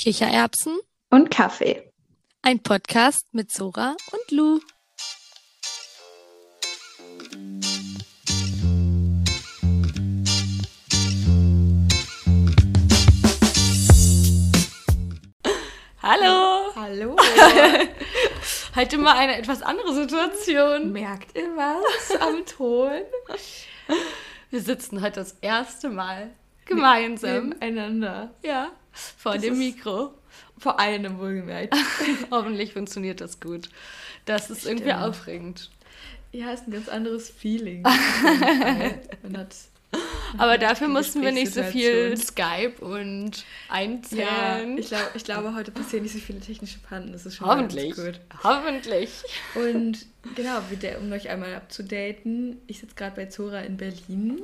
Kichererbsen und Kaffee. Ein Podcast mit Zora und Lou. Hallo! Hallo! Heute mal eine etwas andere Situation. Merkt ihr was am Ton? Wir sitzen heute das erste Mal gemeinsam nebeneinander. Ja, vor dem Mikro. Vor einem wohlgemerkt. Hoffentlich funktioniert das gut. Das ist irgendwie aufregend. Ja, ist ein ganz anderes Feeling. Man hat Aber dafür mussten wir nicht so viel Skype und einzählen. Ja, ich glaube, heute passieren nicht so viele technische Pannen. Das ist schon Hoffentlich. Ganz gut. Hoffentlich. Und genau, um euch einmal abzudaten, ich sitze gerade bei Zora in Berlin.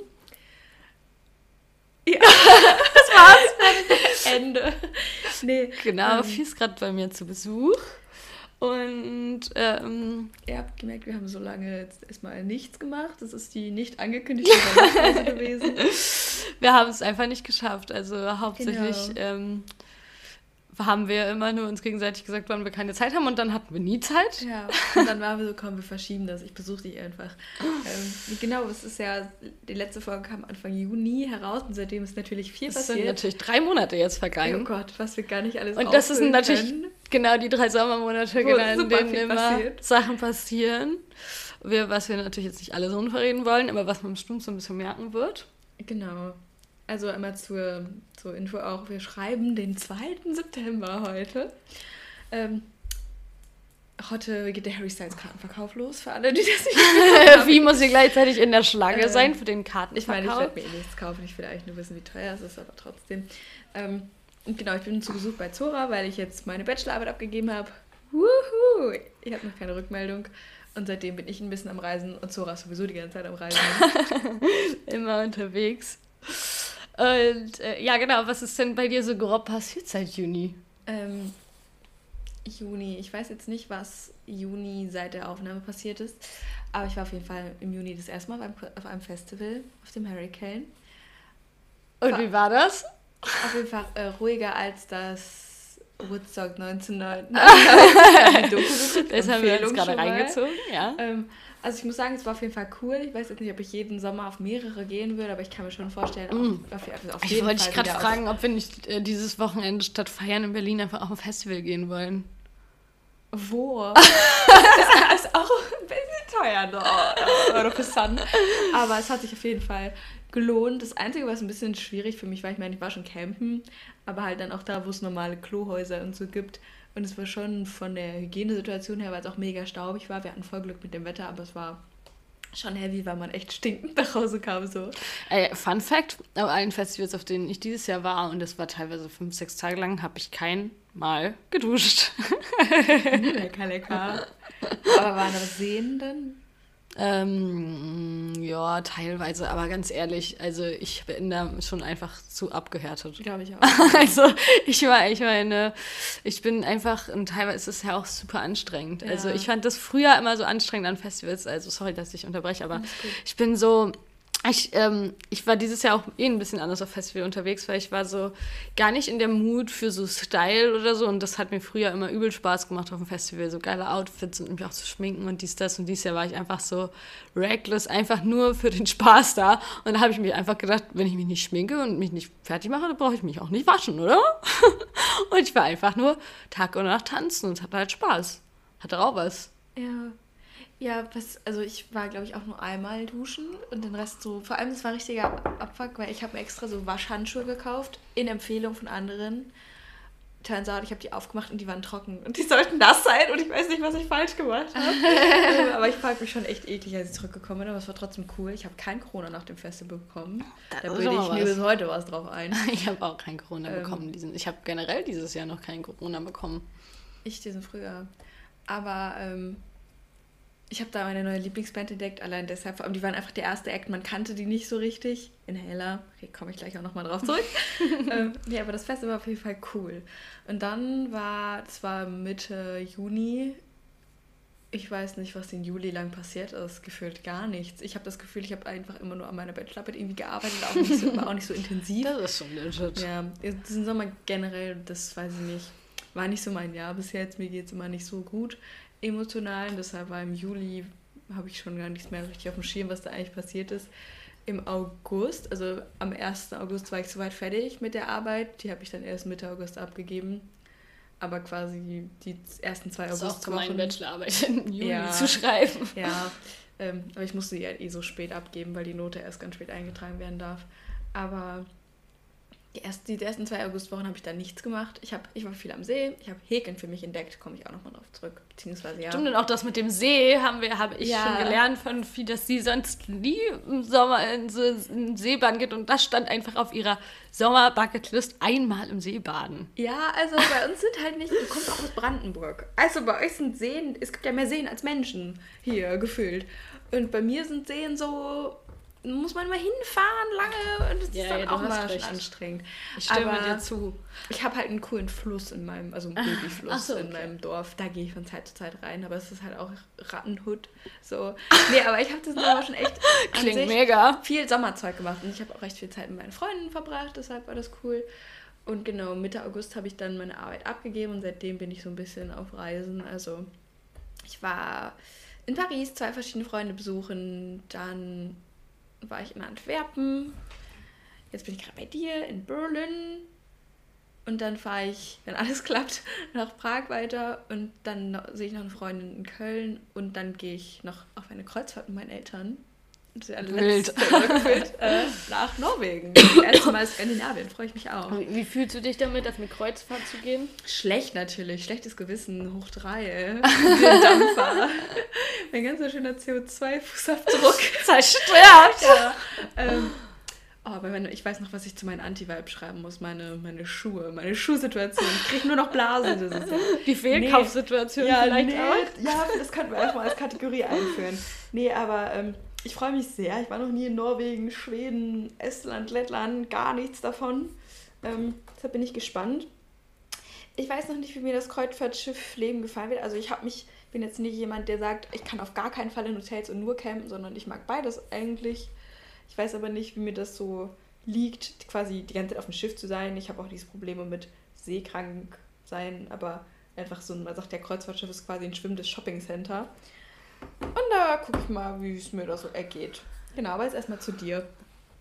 Ja, das war's. Ende. Nee, genau, Vieh ist gerade bei mir zu Besuch. Und ihr habt gemerkt, wir haben so lange jetzt erstmal nichts gemacht. Das ist die nicht angekündigte Sommerpause gewesen. Wir haben es einfach nicht geschafft. Also hauptsächlich haben wir immer nur uns gegenseitig gesagt, wann wir keine Zeit haben, und dann hatten wir nie Zeit. Ja, und dann waren wir so, komm, wir verschieben das. Ich besuche dich einfach. Genau, es ist ja, die letzte Folge kam Anfang Juni heraus und seitdem ist natürlich viel passiert. Es sind natürlich 3 Monate jetzt vergangen. Oh Gott, was wir gar nicht alles Und das sind natürlich können. Genau die 3 Sommermonate, in denen immer passiert. Sachen passieren. Was wir natürlich jetzt nicht alles unverreden wollen, aber was man bestimmt so ein bisschen merken wird. Genau. Also einmal zur Info auch, wir schreiben den 2. September heute. Heute geht der Harry Styles Kartenverkauf los, für alle, die das nicht haben. Wie muss sie gleichzeitig in der Schlange sein für den Kartenverkauf? Ich meine, ich werde mir nichts kaufen, ich will eigentlich nur wissen, wie teuer es ist, aber trotzdem. Und genau, ich bin zu Besuch bei Zora, weil ich jetzt meine Bachelorarbeit abgegeben habe. Wuhu! Ich habe noch keine Rückmeldung. Und seitdem bin ich ein bisschen am Reisen und Zora ist sowieso die ganze Zeit am Reisen. Immer unterwegs. Und ja, genau, was ist denn bei dir so grob passiert seit Juni? Juni, ich weiß jetzt nicht, was Juni seit der Aufnahme passiert ist, aber ich war auf jeden Fall im Juni das erste Mal auf einem Festival, auf dem Hurricane. Und wie war das? Auf jeden Fall ruhiger als das Woodstock 1999. Das haben wir uns gerade reingezogen, ja. Also ich muss sagen, es war auf jeden Fall cool. Ich weiß jetzt nicht, ob ich jeden Sommer auf mehrere gehen würde, aber ich kann mir schon vorstellen, auf jeden Fall. Ich wollte dich gerade fragen, ob wir nicht dieses Wochenende statt feiern in Berlin einfach auf ein Festival gehen wollen. Wo? Das ist auch ein bisschen teuer, oder für Sun. Aber es hat sich auf jeden Fall gelohnt. Das Einzige, was ein bisschen schwierig für mich war, ich meine, ich war schon campen, aber halt dann auch da, wo es normale Klohäuser und so gibt. Und es war schon von der Hygienesituation her, weil es auch mega staubig war. Wir hatten voll Glück mit dem Wetter, aber es war schon heavy, weil man echt stinkend nach Hause kam. So. Fun Fact, auf allen Festivals, auf denen ich dieses Jahr war, und das war teilweise 5-6 Tage lang, habe ich kein Mal geduscht. Lecker. Aber waren da Seen dann? Ja, teilweise, aber ganz ehrlich, also ich bin da schon einfach zu abgehärtet. Glaube ich auch. Also ich bin einfach, und teilweise ist es ja auch super anstrengend. Ja. Also ich fand das früher immer so anstrengend an Festivals, also sorry, dass ich unterbreche, aber ich bin so, ich war dieses Jahr auch ein bisschen anders auf Festival unterwegs, weil ich war so gar nicht in der Mood für so Style oder so, und das hat mir früher immer übel Spaß gemacht auf dem Festival, so geile Outfits und mich auch zu schminken und dies, das, und dieses Jahr war ich einfach so reckless, einfach nur für den Spaß da, und da habe ich mir einfach gedacht, wenn ich mich nicht schminke und mich nicht fertig mache, dann brauche ich mich auch nicht waschen, oder? Und ich war einfach nur Tag und Nacht tanzen und es hatte halt Spaß. Hatte auch was. Ja. Ja, also ich war, glaube ich, auch nur einmal duschen und den Rest so, vor allem das war richtiger Abfuck, weil ich habe mir extra so Waschhandschuhe gekauft, in Empfehlung von anderen. Turns out, ich habe die aufgemacht und die waren trocken und die sollten nass sein und ich weiß nicht, was ich falsch gemacht habe. Aber ich fand mich schon echt eklig, als ich zurückgekommen bin, aber es war trotzdem cool. Ich habe kein Corona nach dem Festival bekommen. Da bilde ich mir bis heute was drauf ein. Ich habe auch kein Corona bekommen. Ich habe generell dieses Jahr noch kein Corona bekommen. Ich diesen Frühjahr. Aber ich habe da meine neue Lieblingsband entdeckt, allein deshalb, vor allem die waren einfach der erste Act, man kannte die nicht so richtig. Inhaler, okay, komme ich gleich auch nochmal drauf zurück. Ja, aber das Festival war auf jeden Fall cool. Und dann das war Mitte Juni, Ich weiß nicht, was den Juli lang passiert ist. Gefühlt gar nichts. Ich habe das Gefühl, ich habe einfach immer nur an meiner Bachelorarbeit irgendwie gearbeitet, war auch nicht so intensiv. Das ist schon legit. Ja, diesen Sommer generell, das weiß ich nicht, war nicht so mein Jahr bis jetzt. Mir geht es immer nicht so gut emotional. Und deshalb war im Juli, habe ich schon gar nichts mehr richtig auf dem Schirm, was da eigentlich passiert ist. Im August, also am 1. August war ich soweit fertig mit der Arbeit. Die habe ich dann erst Mitte August abgegeben. Aber quasi die ersten 2 Augustwochen... Das ist auch meine Bachelorarbeit im Juli zu schreiben. Ja, aber ich musste die halt so spät abgeben, weil die Note erst ganz spät eingetragen werden darf. Aber die ersten 2 Augustwochen habe ich dann nichts gemacht. Ich war viel am See, ich habe Häkeln für mich entdeckt, komme ich auch nochmal drauf zurück. Beziehungsweise, ja. Stimmt, und auch das mit dem See habe ich schon gelernt von Vieh, dass sie sonst nie im Sommer in so einen Seebahn geht und das stand einfach auf ihrer Sommer-Bucketlist, einmal im See baden. Ja, also bei uns sind halt nicht, du kommst auch aus Brandenburg. Also bei euch sind Seen, es gibt ja mehr Seen als Menschen hier gefühlt. Und bei mir sind Seen so... muss man mal hinfahren lange und das ist dann auch mal anstrengend. Ich stimme dir zu. Ich habe halt einen coolen Fluss in meinem, also einen Babyfluss in meinem Dorf. Da gehe ich von Zeit zu Zeit rein, aber es ist halt auch Rattenhut. So. Nee, aber ich habe das Sommer schon echt klingt mega. Viel Sommerzeug gemacht und ich habe auch recht viel Zeit mit meinen Freunden verbracht, deshalb war das cool. Und genau, Mitte August habe ich dann meine Arbeit abgegeben und seitdem bin ich so ein bisschen auf Reisen. Also ich war in Paris, 2 verschiedene Freunde besuchen, dann war ich in Antwerpen, jetzt bin ich gerade bei dir in Berlin und dann fahre ich, wenn alles klappt, nach Prag weiter und dann sehe ich noch eine Freundin in Köln und dann gehe ich noch auf eine Kreuzfahrt mit meinen Eltern. Das ist ja letztes nach Norwegen. Das erste Mal Skandinavien, freue ich mich auch. Wie fühlst du dich damit, auf eine Kreuzfahrt zu gehen? Schlecht natürlich, schlechtes Gewissen, hoch 3. Der Dampfer. Mein ganzer schöner CO2-Fußabdruck. Zerstört! Ja. Aber ich weiß noch, was ich zu meinen Anti-Vibe schreiben muss. Meine Schuhe, meine Schuhsituation. Ich kriege nur noch Blasen. Das ist ja, die Fehlkaufssituation vielleicht auch. Ja, das könnten wir einfach mal als Kategorie einführen. Nee, aber ich freue mich sehr. Ich war noch nie in Norwegen, Schweden, Estland, Lettland, gar nichts davon. Deshalb bin ich gespannt. Ich weiß noch nicht, wie mir das Kreuzfahrtschiff-Leben gefallen wird. Also ich bin jetzt nicht jemand, der sagt, ich kann auf gar keinen Fall in Hotels und nur campen, sondern ich mag beides eigentlich. Ich weiß aber nicht, wie mir das so liegt, quasi die ganze Zeit auf dem Schiff zu sein. Ich habe auch diese Probleme mit seekrank sein, aber einfach so, man sagt, der Kreuzfahrtschiff ist quasi ein schwimmendes Shoppingcenter. Und da gucke ich mal, wie es mir da so ergeht. Genau, aber jetzt erstmal zu dir.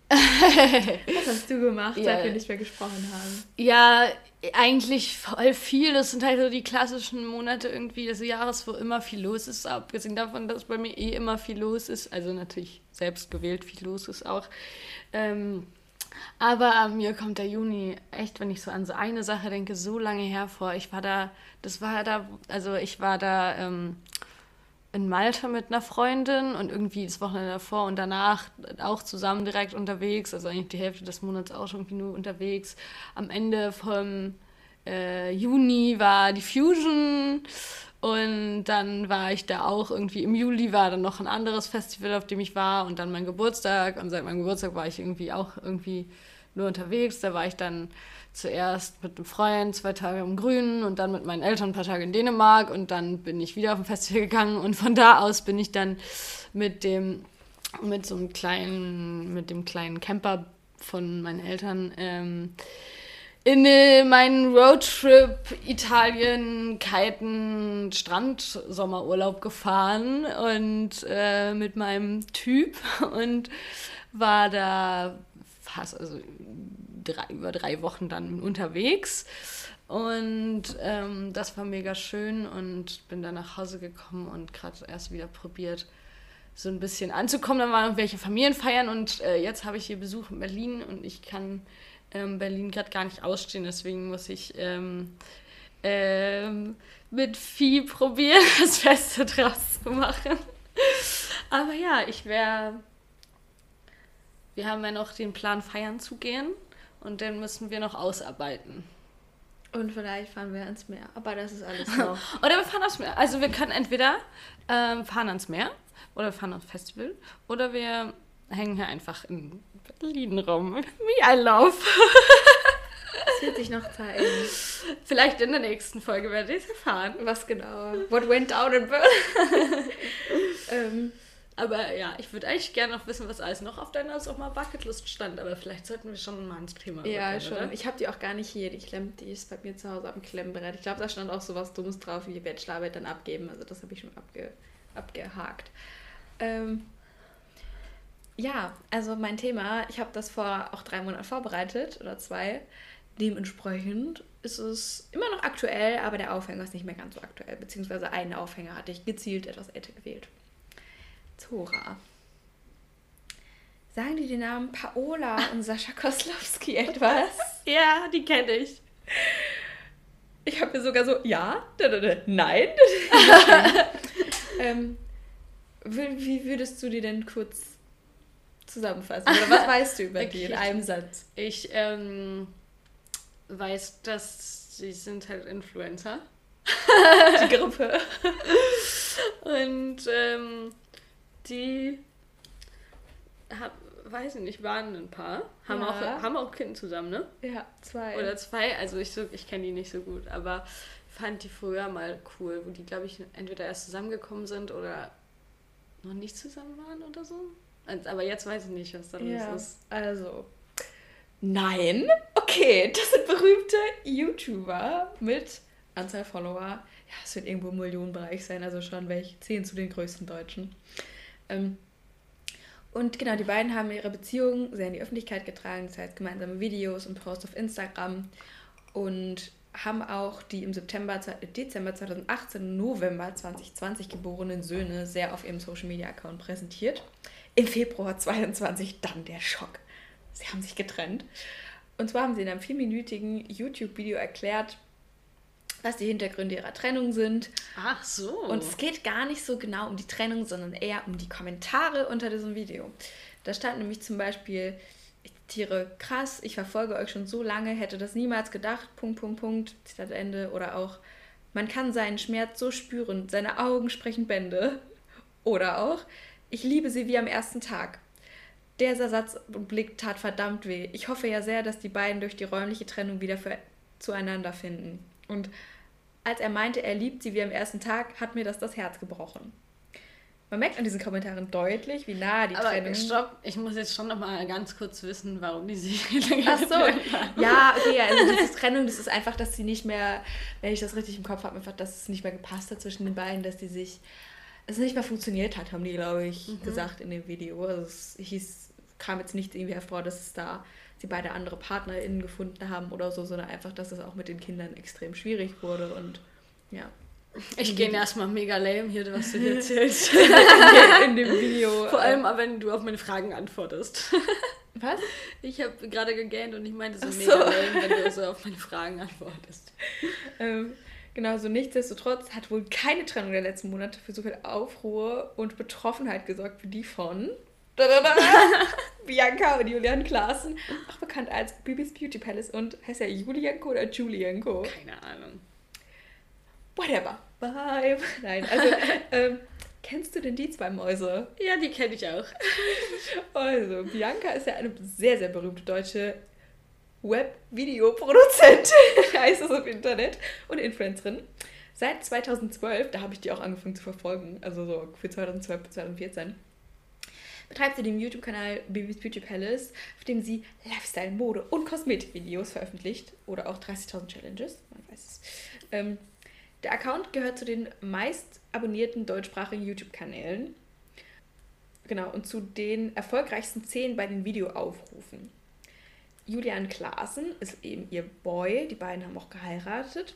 Was hast du gemacht, seit wir nicht mehr gesprochen haben? Ja, eigentlich voll viel. Das sind halt so die klassischen Monate irgendwie des Jahres, wo immer viel los ist. Abgesehen davon, dass bei mir immer viel los ist. Also natürlich selbst gewählt viel los ist auch. Aber mir kommt der Juni echt, wenn ich so an so eine Sache denke, so lange hervor. Ich war da in Malta mit einer Freundin und irgendwie das Wochenende davor und danach auch zusammen direkt unterwegs, also eigentlich die Hälfte des Monats auch schon irgendwie nur unterwegs. Am Ende vom Juni war die Fusion und dann war ich da auch irgendwie, im Juli war dann noch ein anderes Festival, auf dem ich war und dann mein Geburtstag und seit meinem Geburtstag war ich irgendwie auch irgendwie nur unterwegs. Da war ich dann zuerst mit einem Freund 2 Tage im Grünen und dann mit meinen Eltern ein paar Tage in Dänemark und dann bin ich wieder auf ein Festival gegangen und von da aus bin ich dann mit dem kleinen Camper von meinen Eltern in meinen Roadtrip Italien, Kiten, Strand, Sommerurlaub gefahren und mit meinem Typ und war da fast, also über 3 Wochen dann unterwegs und das war mega schön und bin dann nach Hause gekommen und gerade erst wieder probiert, so ein bisschen anzukommen. Dann waren noch welche Familienfeiern und jetzt habe ich hier Besuch in Berlin und ich kann Berlin gerade gar nicht ausstehen, deswegen muss ich mit Vieh probieren, das Beste draus zu machen. Aber ja, wir haben ja noch den Plan, feiern zu gehen. Und den müssen wir noch ausarbeiten. Und vielleicht fahren wir ans Meer. Aber das ist alles noch. Oder wir fahren ans Meer. Also wir können entweder fahren ans Meer oder wir fahren aufs Festival. Oder wir hängen hier einfach in Berlin rum. Wie ein Lauf. Das wird sich sich noch zeigen. Vielleicht in der nächsten Folge werdet ihr es erfahren. Was genau? What went down in Berlin? Aber ja, ich würde eigentlich gerne noch wissen, was alles noch auf deiner Sommer-Bucketlist stand. Aber vielleicht sollten wir schon mal ins Thema ja, schon. Oder? Ich habe die auch gar nicht hier. Die ist bei mir zu Hause am Klemmbrett. Ich glaube, da stand auch sowas Dummes drauf, wie die Bachelorarbeit dann abgeben. Also das habe ich schon abgehakt. Ja, also mein Thema, ich habe das vor auch 3 Monaten vorbereitet oder 2. Dementsprechend ist es immer noch aktuell, aber der Aufhänger ist nicht mehr ganz so aktuell. Beziehungsweise einen Aufhänger hatte ich gezielt etwas älter gewählt. Zora. Sagen die den Namen Paola und Sascha Koslowski etwas? Ja, die kenne ich. Ich habe mir sogar so, ja, nein. Wie würdest du die denn kurz zusammenfassen? Oder was weißt du über die in einem Satz? Ich weiß, dass sie sind halt Influencer. Die Gruppe. Und die weiß ich nicht, waren ein Paar. Haben auch Kinder zusammen, ne? Ja, 2. Oder 2, also ich kenne die nicht so gut, aber fand die früher mal cool, wo die, glaube ich, entweder erst zusammengekommen sind oder noch nicht zusammen waren oder so. Aber jetzt weiß ich nicht, was da los ist. Also, nein. Okay, das sind berühmte YouTuber mit Anzahl Follower. Ja, es wird irgendwo im Millionenbereich sein, also schon welche 10 zu den größten Deutschen. Und genau, die beiden haben ihre Beziehung sehr in die Öffentlichkeit getragen, das heißt gemeinsame Videos und Posts auf Instagram und haben auch die im Dezember 2018 und November 2020 geborenen Söhne sehr auf ihrem Social-Media-Account präsentiert. Im Februar 2022 dann der Schock. Sie haben sich getrennt. Und zwar haben sie in einem 4-minütigen YouTube-Video erklärt, was die Hintergründe ihrer Trennung sind. Ach so. Und es geht gar nicht so genau um die Trennung, sondern eher um die Kommentare unter diesem Video. Da stand nämlich zum Beispiel, ich zitiere, krass, ich verfolge euch schon so lange, hätte das niemals gedacht, ... Zitat Ende. Oder auch, man kann seinen Schmerz so spüren, seine Augen sprechen Bände. Oder auch, ich liebe sie wie am ersten Tag. Dieser Satz und Blick tat verdammt weh. Ich hoffe ja sehr, dass die beiden durch die räumliche Trennung wieder zueinander finden. Und als er meinte, er liebt sie wie am ersten Tag, hat mir das Herz gebrochen. Man merkt an diesen Kommentaren deutlich, wie nah die Trennung... Stopp, ich muss jetzt schon noch mal ganz kurz wissen, warum die sich... Ach so, ja, okay, also diese Trennung, das ist einfach, dass sie nicht mehr, wenn ich das richtig im Kopf habe, einfach, dass es nicht mehr gepasst hat zwischen den beiden, dass die sich... Es nicht mehr funktioniert hat, haben die, glaube ich, gesagt in dem Video. Also es kam jetzt nicht irgendwie hervor, dass sie beide andere PartnerInnen gefunden haben oder so, sondern einfach, dass es auch mit den Kindern extrem schwierig wurde und ja. Ich gehe erstmal mega lame hier, was du hier erzählst. In dem Video. Vor allem, wenn du auf meine Fragen antwortest. Was? Ich habe gerade gegähnt und ich meinte so mega lame, wenn du so auf meine Fragen antwortest. Genau, so nichtsdestotrotz hat wohl keine Trennung der letzten Monate für so viel Aufruhr und Betroffenheit gesorgt wie die von Bianca und Julian Klaassen, auch bekannt als Bibis Beauty Palace. Und heißt er Julienko oder Julienko? Keine Ahnung. Whatever. Bye. Nein, also, kennst du denn die 2 Mäuse? Ja, die kenne ich auch. Also, Bianca ist ja eine sehr, sehr berühmte deutsche Web-Videoproduzentin, heißt es auf Internet, und Influencerin. Seit 2012, da habe ich die auch angefangen zu verfolgen, also so für 2012 bis 2014, betreibt sie den YouTube-Kanal Bibis Beauty Palace, auf dem sie Lifestyle, Mode und Kosmetikvideos veröffentlicht oder auch 30.000 Challenges, man weiß es. Der Account gehört zu den meist abonnierten deutschsprachigen YouTube-Kanälen. Genau, und zu den erfolgreichsten 10 bei den Videoaufrufen. Julian Klaassen ist eben ihr Boy, die beiden haben auch geheiratet.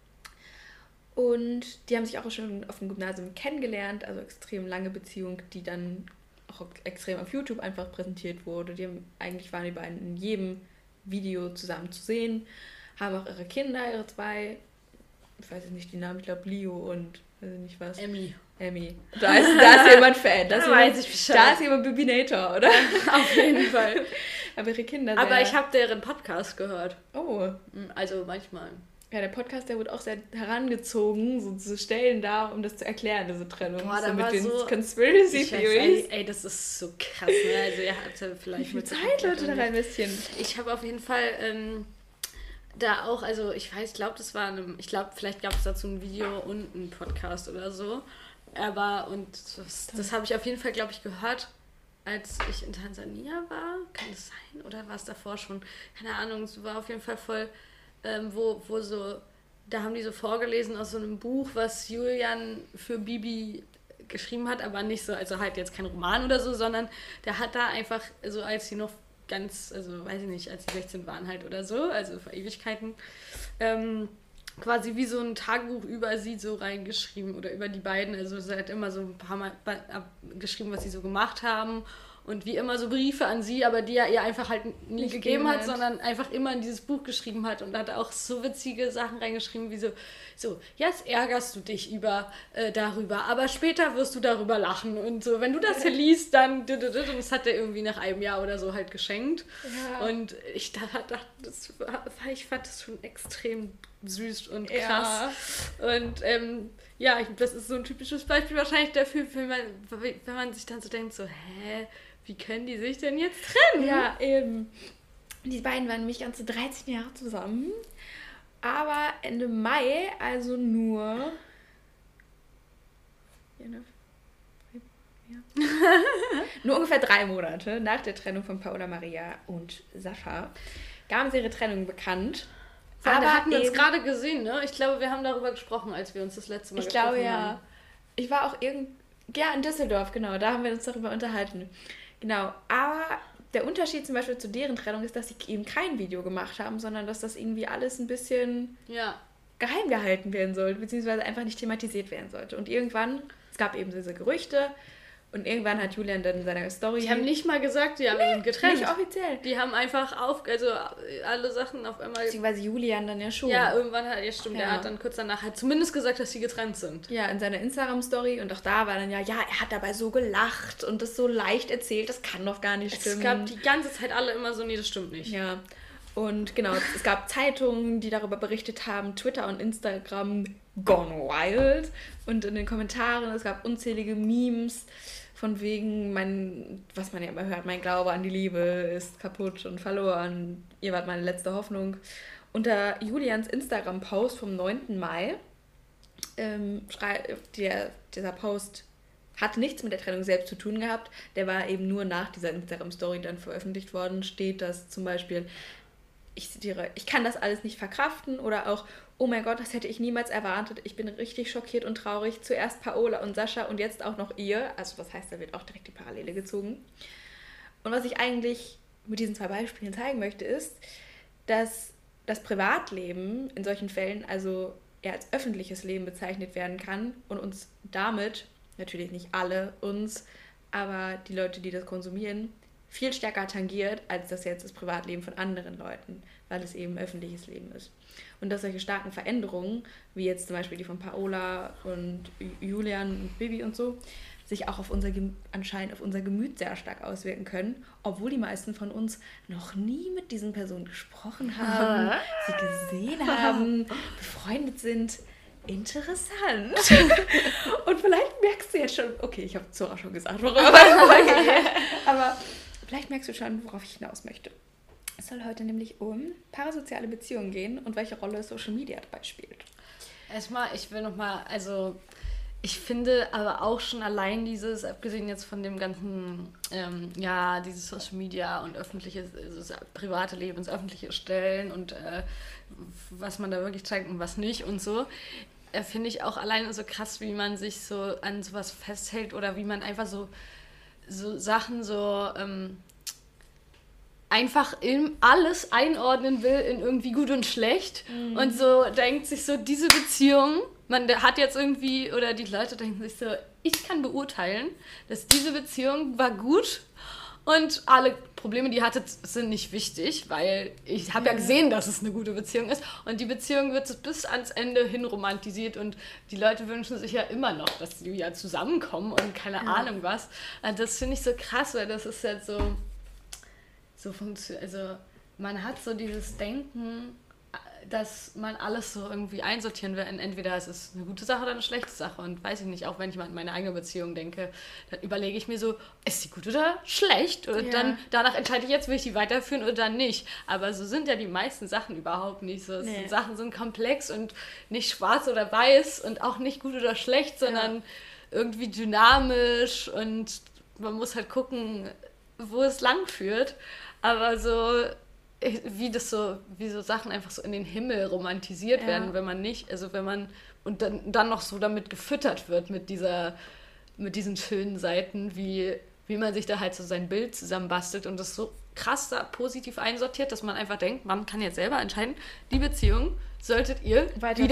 Und die haben sich auch schon auf dem Gymnasium kennengelernt, also extrem lange Beziehung, die dann auch extrem auf YouTube einfach präsentiert wurde. Eigentlich waren die beiden in jedem Video zusammen zu sehen, haben auch ihre Kinder, ihre 2, ich weiß nicht die Namen, ich glaube Leo und weiß ich nicht was. Emmy. Da ist jemand Fan. Da ist jemand Bibinator, oder? Auf jeden Fall. Aber ihre Kinder Aber ich habe deren Podcast gehört. Oh. Also manchmal. Ja, der Podcast, der wurde auch sehr herangezogen, so zu Stellen da, um das zu erklären, diese Trennung. Boah, so mit den Conspiracy Theories. Ey, das ist so krass, ne? Also ihr habt ja vielleicht wie viel Zeit Leute da rein investieren. Ich habe auf jeden Fall da auch, also ich glaube, vielleicht gab es dazu ein Video und einen Podcast oder so. Aber, und das habe ich auf jeden Fall, glaube ich, gehört, als ich in Tansania war. Kann das sein? Oder war es davor schon? Keine Ahnung, es war auf jeden Fall voll, wo so, da haben die so vorgelesen aus so einem Buch, was Julian für Bibi geschrieben hat, aber nicht so, also halt jetzt kein Roman oder so, sondern der hat da einfach, so als sie noch ganz, also weiß ich nicht, als sie 16 waren halt oder so, also vor Ewigkeiten, quasi wie so ein Tagebuch über sie so reingeschrieben oder über die beiden. Also sie hat immer so ein paar Mal geschrieben, was sie so gemacht haben und wie immer so Briefe an sie, aber die er ihr einfach halt nie gegeben hat, sondern einfach immer in dieses Buch geschrieben hat und hat auch so witzige Sachen reingeschrieben, wie so jetzt ärgerst du dich darüber, aber später wirst du darüber lachen und so, wenn du das hier liest, dann und das hat er irgendwie nach einem Jahr oder so halt geschenkt. Ja. Und ich dachte, ich fand das schon extrem süß und krass. Ja. Und das ist so ein typisches Beispiel wahrscheinlich dafür, wenn man sich dann so denkt, so, wie können die sich denn jetzt trennen? Ja, eben. Die beiden waren nämlich ganze 13 Jahre zusammen. Aber Ende Mai, also nur nur ungefähr 3 Monate nach der Trennung von Paola Maria und Sascha, gaben sie ihre Trennung bekannt. Aber hatten wir uns gerade gesehen, ne? Ich glaube, wir haben darüber gesprochen, als wir uns das letzte Mal gesprochen haben. Ich glaube, ja. Ich war auch in Düsseldorf, genau, da haben wir uns darüber unterhalten. Genau, aber der Unterschied zum Beispiel zu deren Trennung ist, dass sie eben kein Video gemacht haben, sondern dass das irgendwie alles ein bisschen geheim gehalten werden sollte, beziehungsweise einfach nicht thematisiert werden sollte. Und irgendwann, es gab eben diese Gerüchte, und irgendwann hat Julian dann in seiner Story... Die haben nicht mal gesagt, die haben ihn getrennt. Nicht offiziell. Die haben einfach alle Sachen auf einmal... Beziehungsweise Julian dann ja schon. Ja, irgendwann der hat dann kurz danach halt zumindest gesagt, dass sie getrennt sind. Ja, in seiner Instagram-Story, und auch da war dann er hat dabei so gelacht und das so leicht erzählt, das kann doch gar nicht stimmen. Es gab die ganze Zeit alle immer so, nee, das stimmt nicht. Ja, und genau, es gab Zeitungen, die darüber berichtet haben, Twitter und Instagram gone wild, und in den Kommentaren, es gab unzählige Memes, von wegen, was man ja immer hört, mein Glaube an die Liebe ist kaputt und verloren. Ihr wart meine letzte Hoffnung. Unter Julians Instagram-Post vom 9. Mai, dieser Post hat nichts mit der Trennung selbst zu tun gehabt. Der war eben nur nach dieser Instagram-Story dann veröffentlicht worden. Steht das zum Beispiel, ich zitiere, ich kann das alles nicht verkraften, oder auch, oh mein Gott, das hätte ich niemals erwartet. Ich bin richtig schockiert und traurig. Zuerst Paola und Sascha und jetzt auch noch ihr. Also das heißt, da wird auch direkt die Parallele gezogen. Und was ich eigentlich mit diesen 2 Beispielen zeigen möchte, ist, dass das Privatleben in solchen Fällen also eher als öffentliches Leben bezeichnet werden kann und uns damit, natürlich nicht alle uns, aber die Leute, die das konsumieren, viel stärker tangiert, als das jetzt das Privatleben von anderen Leuten, weil es eben öffentliches Leben ist. Und dass solche starken Veränderungen, wie jetzt zum Beispiel die von Paola und Julian und Bibi und so, sich auch anscheinend auf unser Gemüt sehr stark auswirken können, obwohl die meisten von uns noch nie mit diesen Personen gesprochen haben, sie gesehen haben, befreundet sind. Interessant. Und vielleicht merkst du jetzt schon, okay, ich habe Zora schon gesagt, aber vielleicht merkst du schon, worauf ich hinaus möchte. Es soll heute nämlich um parasoziale Beziehungen gehen und welche Rolle Social Media dabei spielt. Erstmal, ich will nochmal, also ich finde aber auch schon allein dieses, abgesehen jetzt von dem ganzen, dieses Social Media und öffentliches, also das private Leben ins öffentliche stellen und was man da wirklich zeigt und was nicht und so, finde ich auch alleine so krass, wie man sich so an sowas festhält oder wie man einfach so Sachen so einfach alles einordnen will in irgendwie gut und schlecht und so denkt sich so, diese Beziehung, man hat jetzt irgendwie, oder die Leute denken sich so, ich kann beurteilen, dass diese Beziehung war gut und alle Probleme, die ihr hattet, sind nicht wichtig, weil ich habe ja gesehen, dass es eine gute Beziehung ist und die Beziehung wird bis ans Ende hin romantisiert und die Leute wünschen sich ja immer noch, dass die wieder zusammenkommen und keine Ahnung was. Und das finde ich so krass, weil das ist halt so funktioniert, also man hat so dieses Denken, dass man alles so irgendwie einsortieren will. Entweder es ist eine gute Sache oder eine schlechte Sache. Und weiß ich nicht, auch wenn ich mal an meine eigene Beziehung denke, dann überlege ich mir so, ist sie gut oder schlecht? Und dann danach entscheide ich jetzt, will ich die weiterführen oder nicht. Aber so sind ja die meisten Sachen überhaupt nicht so. Sachen sind komplex und nicht schwarz oder weiß und auch nicht gut oder schlecht, sondern irgendwie dynamisch und man muss halt gucken, wo es lang führt. Aber so wie so Sachen einfach so in den Himmel romantisiert werden, wenn man nicht, also wenn man und dann noch so damit gefüttert wird mit diesen schönen Seiten, wie man sich da halt so sein Bild zusammenbastelt und das so krass da positiv einsortiert, dass man einfach denkt, man kann jetzt selber entscheiden, die Beziehung solltet ihr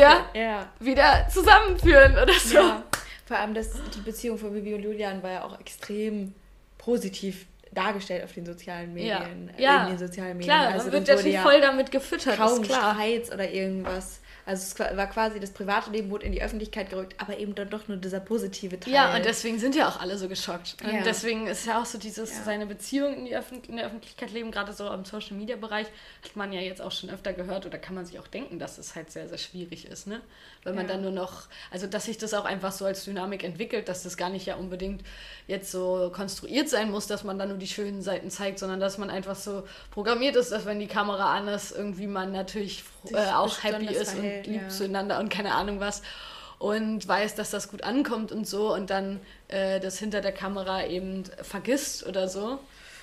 wieder zusammenführen oder so. Ja. Vor allem, die Beziehung von Bibi und Julian war ja auch extrem positiv dargestellt auf den sozialen Medien. In den sozialen Medien. Klar, also man wird natürlich voll damit gefüttert. Kaum Streits oder irgendwas. Also es war quasi, das private Leben wurde in die Öffentlichkeit gerückt, aber eben dann doch nur dieser positive Teil. Ja, und deswegen sind ja auch alle so geschockt. Und deswegen ist ja auch so seine Beziehung in der Öffentlichkeit leben, gerade so im Social-Media-Bereich, hat man ja jetzt auch schon öfter gehört oder kann man sich auch denken, dass es halt sehr, sehr schwierig ist, ne? Weil man dann nur noch, also dass sich das auch einfach so als Dynamik entwickelt, dass das gar nicht ja unbedingt jetzt so konstruiert sein muss, dass man dann nur die schönen Seiten zeigt, sondern dass man einfach so programmiert ist, dass wenn die Kamera an ist, irgendwie man natürlich auch happy ist und lieb zueinander und keine Ahnung was und weiß, dass das gut ankommt und so und dann das hinter der Kamera eben vergisst oder so.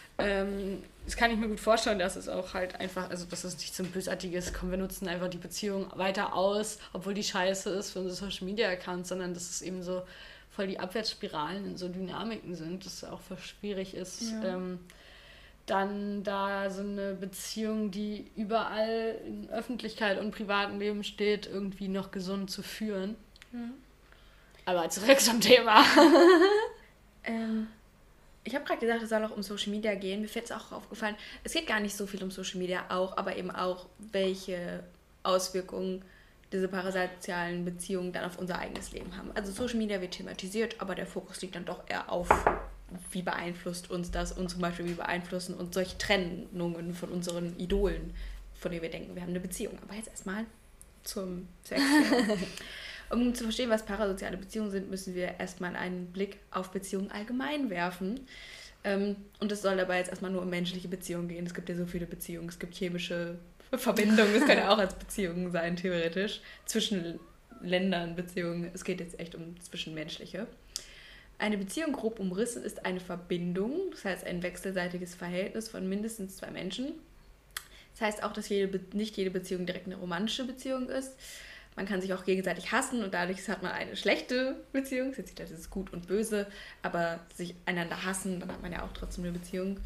Das kann ich mir gut vorstellen, dass es auch halt einfach, also dass es nicht so ein bösartiges, komm, wir nutzen einfach die Beziehung weiter aus, obwohl die scheiße ist für unsere Social-Media-Accounts, sondern dass es eben so voll die Abwärtsspiralen und so Dynamiken sind, dass es auch voll schwierig ist, dann da so eine Beziehung, die überall in Öffentlichkeit und privatem Leben steht, irgendwie noch gesund zu führen. Ja. Aber zurück zum Thema. Ich habe gerade gesagt, es soll auch um Social Media gehen. Mir fällt es auch aufgefallen, es geht gar nicht so viel um Social Media auch, aber eben auch, welche Auswirkungen diese parasozialen Beziehungen dann auf unser eigenes Leben haben. Also Social Media wird thematisiert, aber der Fokus liegt dann doch eher auf, wie beeinflusst uns das und zum Beispiel, wie beeinflussen uns solche Trennungen von unseren Idolen, von denen wir denken, wir haben eine Beziehung. Aber jetzt erstmal zum Sex. Um zu verstehen, was parasoziale Beziehungen sind, müssen wir erstmal einen Blick auf Beziehungen allgemein werfen. Und es soll dabei jetzt erstmal nur um menschliche Beziehungen gehen. Es gibt ja so viele Beziehungen. Es gibt chemische Verbindungen. Es kann ja auch als Beziehungen sein, theoretisch. Zwischen Ländern Beziehungen. Es geht jetzt echt um zwischenmenschliche. Eine Beziehung, grob umrissen, ist eine Verbindung. Das heißt, ein wechselseitiges Verhältnis von mindestens 2 Menschen. Das heißt auch, dass nicht jede Beziehung direkt eine romantische Beziehung ist. Man kann sich auch gegenseitig hassen und dadurch hat man eine schlechte Beziehung. Das ist jetzt gut und böse, aber sich einander hassen, dann hat man ja auch trotzdem eine Beziehung.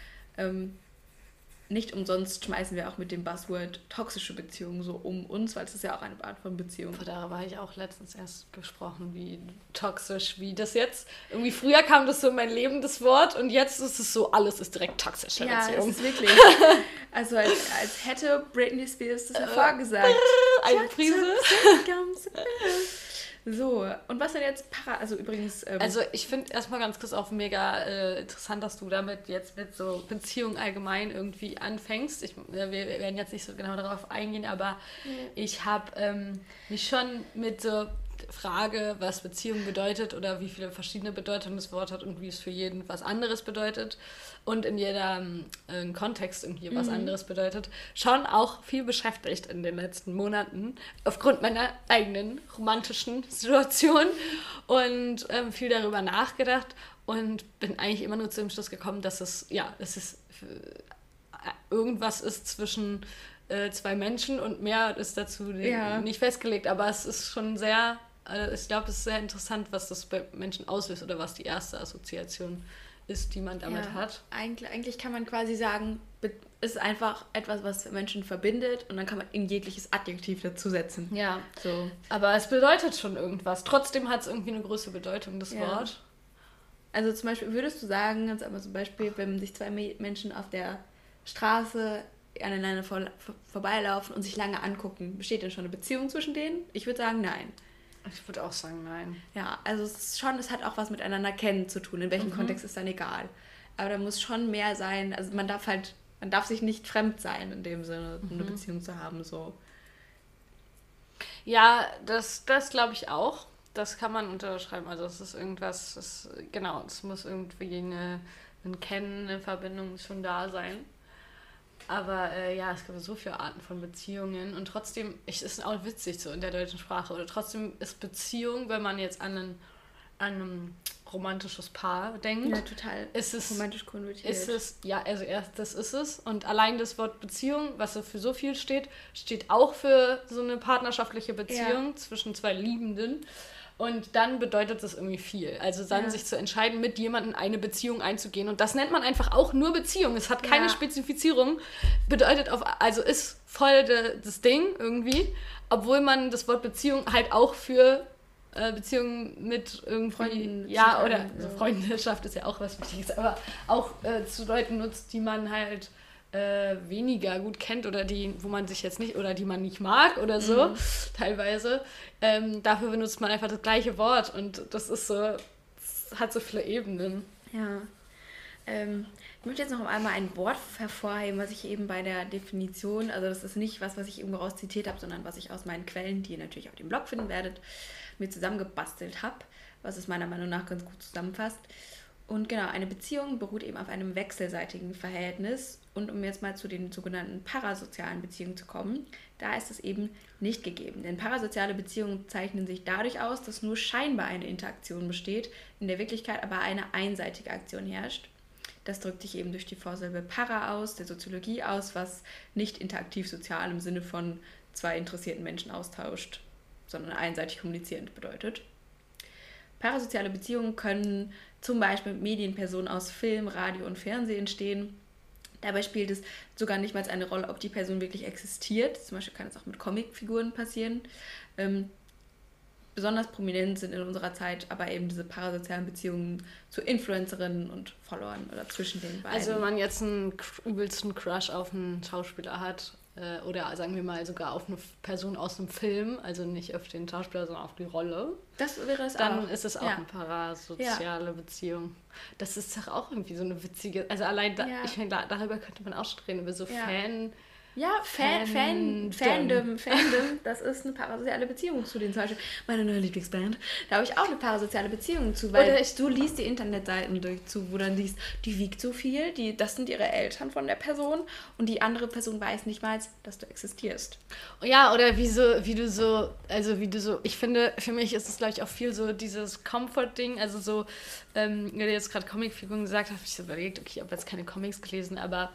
Nicht umsonst schmeißen wir auch mit dem Buzzword toxische Beziehungen so um uns, weil es ist ja auch eine Art von Beziehung. Darüber habe ich auch letztens erst gesprochen, wie toxisch, wie das jetzt, irgendwie früher kam das so in mein Leben, das Wort, und jetzt ist es so, alles ist direkt toxisch in der Beziehung. Ja, es ist wirklich. Also als hätte Britney Spears das hervorgesagt. Eine Prise. So, und was denn jetzt also übrigens... also ich finde erstmal ganz kurz auch mega interessant, dass du damit jetzt mit so Beziehungen allgemein irgendwie anfängst. Wir werden jetzt nicht so genau darauf eingehen, aber ich habe mich schon mit so Frage, was Beziehung bedeutet oder wie viele verschiedene Bedeutungen das Wort hat und wie es für jeden was anderes bedeutet und in jedem Kontext irgendwie was anderes bedeutet, schon auch viel beschäftigt in den letzten Monaten aufgrund meiner eigenen romantischen Situation und viel darüber nachgedacht und bin eigentlich immer nur zu dem Schluss gekommen, dass es irgendwas ist zwischen 2 Menschen und mehr ist dazu nicht festgelegt, aber es ist schon sehr, ich glaube, es ist sehr interessant, was das bei Menschen auslöst oder was die erste Assoziation ist, die man damit hat. Eigentlich kann man quasi sagen, es ist einfach etwas, was Menschen verbindet und dann kann man in jegliches Adjektiv dazusetzen. Ja, so. Aber es bedeutet schon irgendwas. Trotzdem hat es irgendwie eine größere Bedeutung, das Wort. Also zum Beispiel würdest du sagen, jetzt aber zum Beispiel, wenn sich 2 Menschen auf der Straße aneinander vorbeilaufen und sich lange angucken, besteht denn schon eine Beziehung zwischen denen? Ich würde sagen, nein. Ich würde auch sagen, nein. Ja, also es hat auch was miteinander kennen zu tun. In welchem Kontext ist dann egal. Aber da muss schon mehr sein. Also man darf sich nicht fremd sein, in dem Sinne, eine Beziehung zu haben. So. Ja, das glaube ich auch. Das kann man unterschreiben. Also es ist irgendwas, genau, es muss irgendwie ein Kennen, eine Verbindung schon da sein. Aber ja, es gibt so viele Arten von Beziehungen und trotzdem, es ist auch witzig so in der deutschen Sprache, oder trotzdem ist Beziehung, wenn man jetzt an ein romantisches Paar denkt. Ja, total. Ist es, romantisch konnotiert. Ist es, ja, also erst das ist es. Und allein das Wort Beziehung, was so für so viel steht, steht auch für so eine partnerschaftliche Beziehung zwischen zwei Liebenden. Und dann bedeutet das irgendwie viel. Also dann sich zu entscheiden, mit jemandem eine Beziehung einzugehen. Und das nennt man einfach auch nur Beziehung. Es hat keine Spezifizierung. Bedeutet also ist voll das Ding irgendwie. Obwohl man das Wort Beziehung halt auch für Beziehungen mit irgendwie, Freunden, ja, oder so. Freundschaft ist ja auch was Wichtiges, aber auch zu Leuten nutzt, die man halt weniger gut kennt oder wo man sich jetzt nicht, oder die man nicht mag oder so, teilweise. Dafür benutzt man einfach das gleiche Wort und das ist so, das hat so viele Ebenen. Ja. Ich möchte jetzt noch einmal ein Wort hervorheben, was ich eben bei der Definition, also das ist nicht was ich irgendwo raus zitiert habe, sondern was ich aus meinen Quellen, die ihr natürlich auf dem Blog finden werdet, mir zusammengebastelt habe, was es meiner Meinung nach ganz gut zusammenfasst. Und genau, eine Beziehung beruht eben auf einem wechselseitigen Verhältnis. Und um jetzt mal zu den sogenannten parasozialen Beziehungen zu kommen, da ist es eben nicht gegeben. Denn parasoziale Beziehungen zeichnen sich dadurch aus, dass nur scheinbar eine Interaktion besteht, in der Wirklichkeit aber eine einseitige Aktion herrscht. Das drückt sich eben durch die Vorsilbe para aus, der Soziologie aus, was nicht interaktiv sozial im Sinne von zwei interessierten Menschen austauscht, sondern einseitig kommunizierend bedeutet. Parasoziale Beziehungen können zum Beispiel mit Medienpersonen aus Film, Radio und Fernsehen entstehen. Dabei spielt es sogar nicht mal eine Rolle, ob die Person wirklich existiert. Zum Beispiel kann es auch mit Comicfiguren passieren. Besonders prominent sind in unserer Zeit aber eben diese parasozialen Beziehungen zu Influencerinnen und Followern oder zwischen den beiden. Also wenn man jetzt einen übelsten Crush auf einen Schauspieler hat, oder sagen wir mal sogar auf eine Person aus einem Film, also nicht auf den Schauspieler, sondern auf die Rolle. Das wäre es dann auch. Ist es auch eine parasoziale Beziehung. Das ist doch auch irgendwie so eine witzige, also allein, ich meine, darüber könnte man auch schon reden, über so Fandom, das ist eine parasoziale Beziehung zu den, zum Beispiel meine neue Lieblingsband, da habe ich auch eine parasoziale Beziehung zu, weil du liest die Internetseiten durchzu, wo dann liest, die wiegt so viel, das sind ihre Eltern von der Person und die andere Person weiß nicht mal, dass du existierst. Ja, oder wie du so, ich finde, für mich ist es, glaube ich, auch viel so dieses Comfort-Ding, also so, wenn du jetzt gerade Comicfiguren gesagt hast, habe ich so überlegt, okay, ich habe jetzt keine Comics gelesen, aber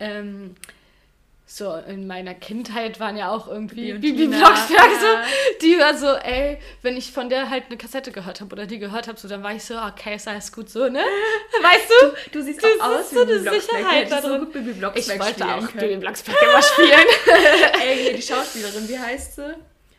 so, in meiner Kindheit waren ja auch irgendwie Bibi Blocksberg so, die war so, ey, wenn ich von der halt eine Kassette gehört habe oder die gehört habe, so, dann war ich so, okay, ist alles gut so, ne? Weißt du? Du siehst auch aus wie Bibi Blocksberg. Sicherheit da drin. So Bibi Blocksberg ich wollte auch Bibi Blocksberg immer spielen. Ey, die Schauspielerin, wie heißt sie?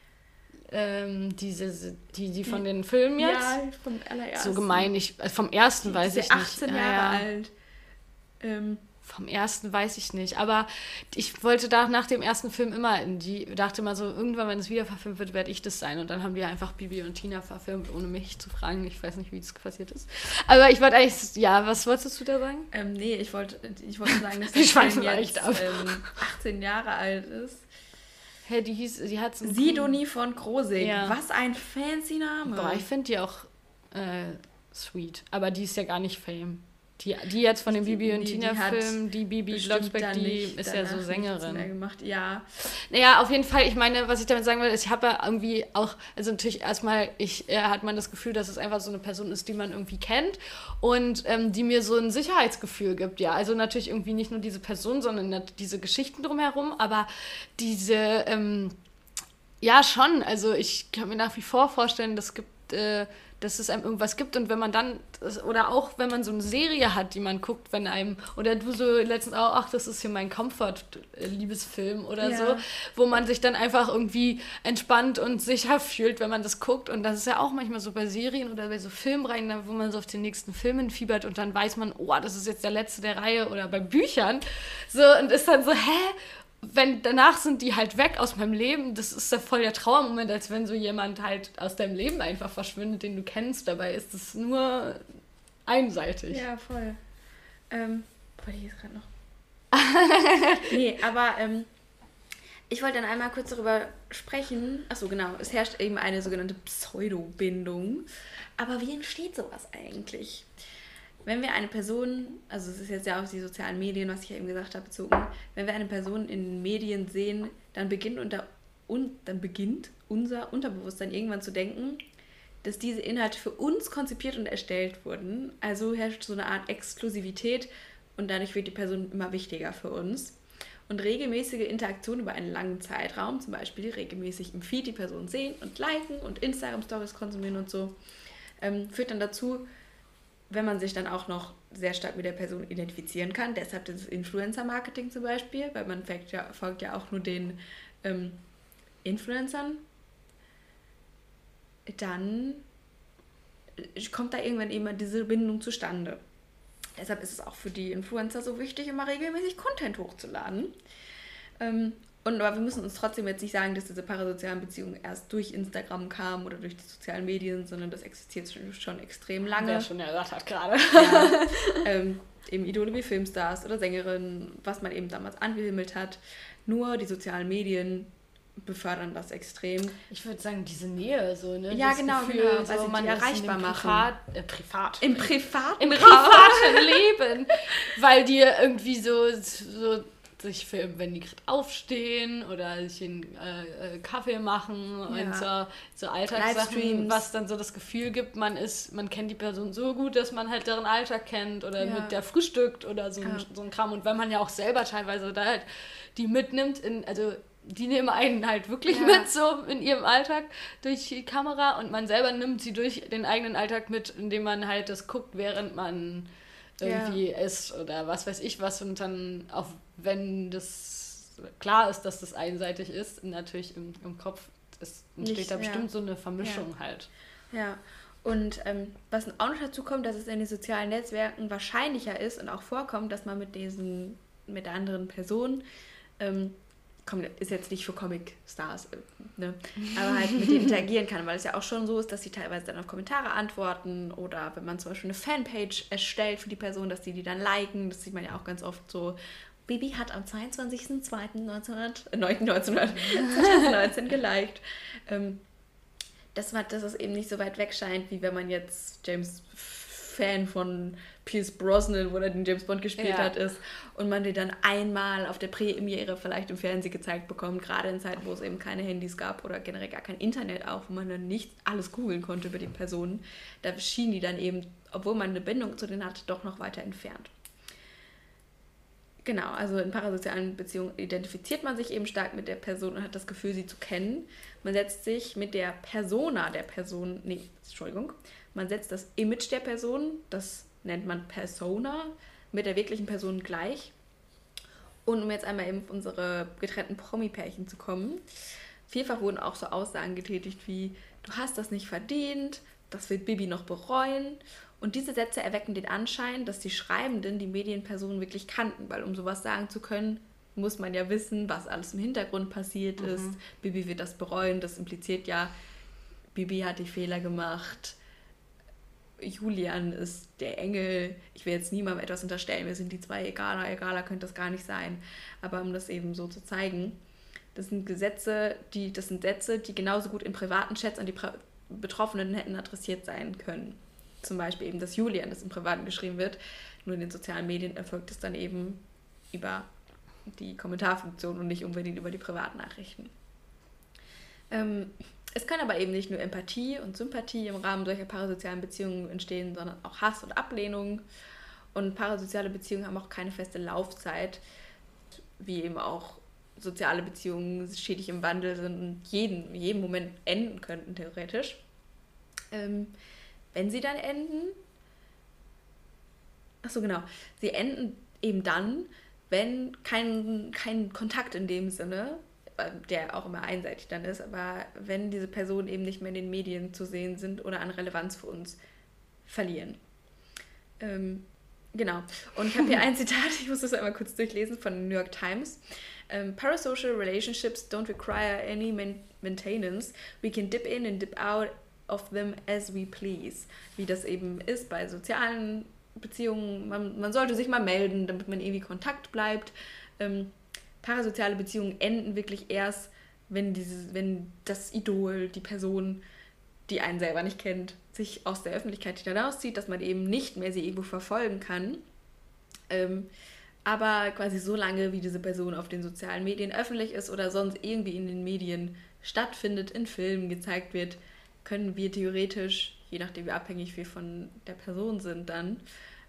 Die von den Filmen jetzt? Ja, vom allerersten. So gemein, vom ersten weiß ich nicht. 18 Jahre alt. Vom ersten weiß ich nicht, aber ich wollte nach dem ersten Film dachte mal so, irgendwann, wenn es wieder verfilmt wird, werde ich das sein. Und dann haben die einfach Bibi und Tina verfilmt, ohne mich zu fragen. Ich weiß nicht, wie das passiert ist. Aber ich wollte eigentlich, was wolltest du da sagen? Nee, ich wollte sagen, dass der Film jetzt 18 Jahre alt ist. Hey, die hat so Sidonie von Krosigk. Ja. Was ein fancy Name. Boah, ich finde die auch sweet, aber die ist ja gar nicht Fame. Die jetzt von dem Bibi und Tina-Film, die Bibi Blocksberg, die ist ja so Sängerin. Mehr gemacht. Ja. Naja, auf jeden Fall, ich meine, was ich damit sagen will, ist, ich habe ja irgendwie auch, also natürlich erstmal, hat man das Gefühl, dass es einfach so eine Person ist, die man irgendwie kennt und die mir so ein Sicherheitsgefühl gibt, ja. Also natürlich irgendwie nicht nur diese Person, sondern diese Geschichten drumherum, aber diese, ja schon, also ich kann mir nach wie vor vorstellen, dass es einem irgendwas gibt und wenn man dann, oder auch wenn man so eine Serie hat, die man guckt, wenn einem, oder du so letztens auch, ach, das ist hier mein Comfort-Liebesfilm oder so, wo man sich dann einfach irgendwie entspannt und sicher fühlt, wenn man das guckt und das ist ja auch manchmal so bei Serien oder bei so Filmreihen, wo man so auf den nächsten Filmen fiebert und dann weiß man, oh, das ist jetzt der letzte der Reihe oder bei Büchern, so, und ist dann so, wenn danach sind die halt weg aus meinem Leben, das ist ja voll der Trauermoment, als wenn so jemand halt aus deinem Leben einfach verschwindet, den du kennst. Dabei ist es nur einseitig. Ja, voll. Die ist gerade noch. Nee, aber Ich wollte dann einmal kurz darüber sprechen. Achso, genau. Es herrscht eben eine sogenannte Pseudobindung. Aber wie entsteht sowas eigentlich? Wenn wir eine Person, also es ist jetzt ja auf die sozialen Medien, was ich ja eben gesagt habe, bezogen, wenn wir eine Person in den Medien sehen, dann beginnt unser Unterbewusstsein irgendwann zu denken, dass diese Inhalte für uns konzipiert und erstellt wurden. Also herrscht so eine Art Exklusivität und dadurch wird die Person immer wichtiger für uns. Und regelmäßige Interaktion über einen langen Zeitraum, zum Beispiel regelmäßig im Feed die Person sehen und liken und Instagram-Stories konsumieren und so, führt dann dazu, wenn man sich dann auch noch sehr stark mit der Person identifizieren kann, deshalb das Influencer-Marketing zum Beispiel, weil man folgt ja auch nur den Influencern, dann kommt da irgendwann eben diese Bindung zustande. Deshalb ist es auch für die Influencer so wichtig, immer regelmäßig Content hochzuladen. Aber wir müssen uns trotzdem jetzt nicht sagen, dass diese parasozialen Beziehungen erst durch Instagram kamen oder durch die sozialen Medien, sondern das existiert schon extrem lange. Wer schon erörtert hat gerade. Ja, eben Idole wie Filmstars oder Sängerinnen, was man eben damals angehimmelt hat. Nur die sozialen Medien befördern das extrem. Ich würde sagen, diese Nähe, so, ne? Ja, das genau, Gefühl, genau. so, Weil sie man die erreichbar machen. Im privaten Leben. Weil die irgendwie so sich filmen, wenn die gerade aufstehen oder sich einen Kaffee machen und so Alltagssachen, was dann so das Gefühl gibt, man kennt die Person so gut, dass man halt deren Alltag kennt oder mit der frühstückt oder so ein Kram. Und wenn man ja auch selber teilweise da halt die mitnimmt, die nehmen einen halt wirklich mit so in ihrem Alltag durch die Kamera und man selber nimmt sie durch den eigenen Alltag mit, indem man halt das guckt, während man irgendwie isst oder was weiß ich was und dann auch wenn das klar ist, dass das einseitig ist, natürlich im Kopf entsteht da bestimmt so eine Vermischung halt. Ja, und was auch noch dazu kommt, dass es in den sozialen Netzwerken wahrscheinlicher ist und auch vorkommt, dass man mit der anderen Person ist jetzt nicht für Comic-Stars, ne? Aber halt mit denen interagieren kann, weil es ja auch schon so ist, dass sie teilweise dann auf Kommentare antworten oder wenn man zum Beispiel eine Fanpage erstellt für die Person, dass die dann liken, das sieht man ja auch ganz oft so, Bibi hat am 22.02.2019 geliked. Dass es eben nicht so weit weg scheint, wie wenn man jetzt James Fan von Pierce Brosnan, wo er den James Bond gespielt hat, ist und man den dann einmal auf der Premiere vielleicht im Fernsehen gezeigt bekommt, gerade in Zeiten, wo es eben keine Handys gab oder generell gar kein Internet auch, wo man dann nicht alles googeln konnte über die Personen. Da schienen die dann eben, obwohl man eine Bindung zu denen hatte, doch noch weiter entfernt. Genau, also in parasozialen Beziehungen identifiziert man sich eben stark mit der Person und hat das Gefühl, sie zu kennen. Man setzt sich mit der Persona der Person, man setzt das Image der Person, das nennt man Persona, mit der wirklichen Person gleich. Und um jetzt einmal eben auf unsere getrennten Promi-Pärchen zu kommen, vielfach wurden auch so Aussagen getätigt wie, du hast das nicht verdient, das wird Bibi noch bereuen. Und diese Sätze erwecken den Anschein, dass die Schreibenden die Medienpersonen wirklich kannten, weil um sowas sagen zu können, muss man ja wissen, was alles im Hintergrund passiert ist. Bibi wird das bereuen, das impliziert ja, Bibi hat die Fehler gemacht, Julian ist der Engel, ich will jetzt niemandem etwas unterstellen, wir sind die zwei, egaler könnte das gar nicht sein, aber um das eben so zu zeigen, das sind Sätze, die genauso gut in privaten Chats an die Betroffenen hätten adressiert sein können. Zum Beispiel eben, dass Julian das im Privaten geschrieben wird, nur in den sozialen Medien erfolgt es dann eben über die Kommentarfunktion und nicht unbedingt über die Privatnachrichten. Es kann aber eben nicht nur Empathie und Sympathie im Rahmen solcher parasozialen Beziehungen entstehen, sondern auch Hass und Ablehnung. Und parasoziale Beziehungen haben auch keine feste Laufzeit, wie eben auch soziale Beziehungen stetig im Wandel sind und jeden Moment enden könnten, theoretisch. Wenn sie dann enden, sie enden eben dann, wenn kein Kontakt in dem Sinne, der auch immer einseitig dann ist, aber wenn diese Personen eben nicht mehr in den Medien zu sehen sind oder an Relevanz für uns verlieren. Genau. Und ich habe hier ein Zitat, ich muss das einmal kurz durchlesen, von den New York Times. Parasocial relationships don't require any maintenance. We can dip in and dip out of them as we please. Wie das eben ist bei sozialen Beziehungen. Man sollte sich mal melden, damit man irgendwie Kontakt bleibt. parasoziale Beziehungen enden wirklich erst, wenn das Idol, die Person, die einen selber nicht kennt, sich aus der Öffentlichkeit hinauszieht, dass man eben nicht mehr sie irgendwo verfolgen kann. Aber quasi so lange, wie diese Person auf den sozialen Medien öffentlich ist oder sonst irgendwie in den Medien stattfindet, in Filmen gezeigt wird, können wir theoretisch, je nachdem wie abhängig wir von der Person sind, dann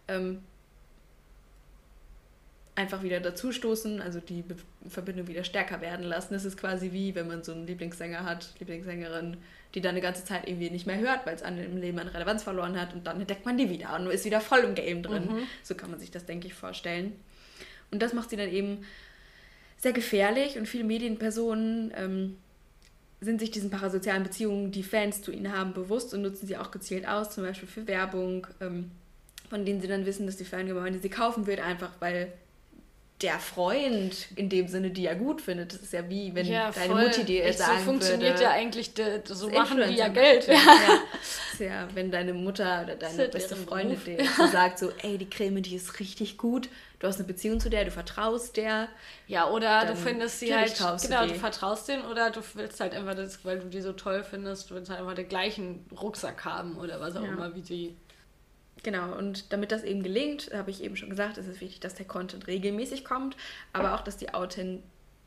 einfach wieder dazustoßen, also die Verbindung wieder stärker werden lassen. Das ist quasi wie, wenn man so einen Lieblingssänger hat, Lieblingssängerin, die dann eine ganze Zeit irgendwie nicht mehr hört, weil es im Leben an Relevanz verloren hat und dann entdeckt man die wieder und ist wieder voll im Game drin. So kann man sich das, denke ich, vorstellen. Und das macht sie dann eben sehr gefährlich und viele Medienpersonen sind sich diesen parasozialen Beziehungen, die Fans zu ihnen haben, bewusst und nutzen sie auch gezielt aus, zum Beispiel für Werbung, von denen sie dann wissen, dass die Fangemeinde sie kaufen wird, einfach weil der Freund in dem Sinne, die ja gut findet, das ist ja wie, wenn deine Mutti dir sagen würde. So funktioniert ja eigentlich, so machen die ja Geld. Ja. Ist ja, wenn deine Mutter oder deine beste Freundin dir sagt so, ey, die Creme, die ist richtig gut, du hast eine Beziehung zu der, du vertraust der. Ja, oder du findest sie halt, genau, du vertraust denen oder du willst halt einfach das, weil du die so toll findest, du willst halt einfach den gleichen Rucksack haben oder was auch immer, wie die. Genau, und damit das eben gelingt, habe ich eben schon gesagt, ist es wichtig, dass der Content regelmäßig kommt, aber auch, dass die authentisch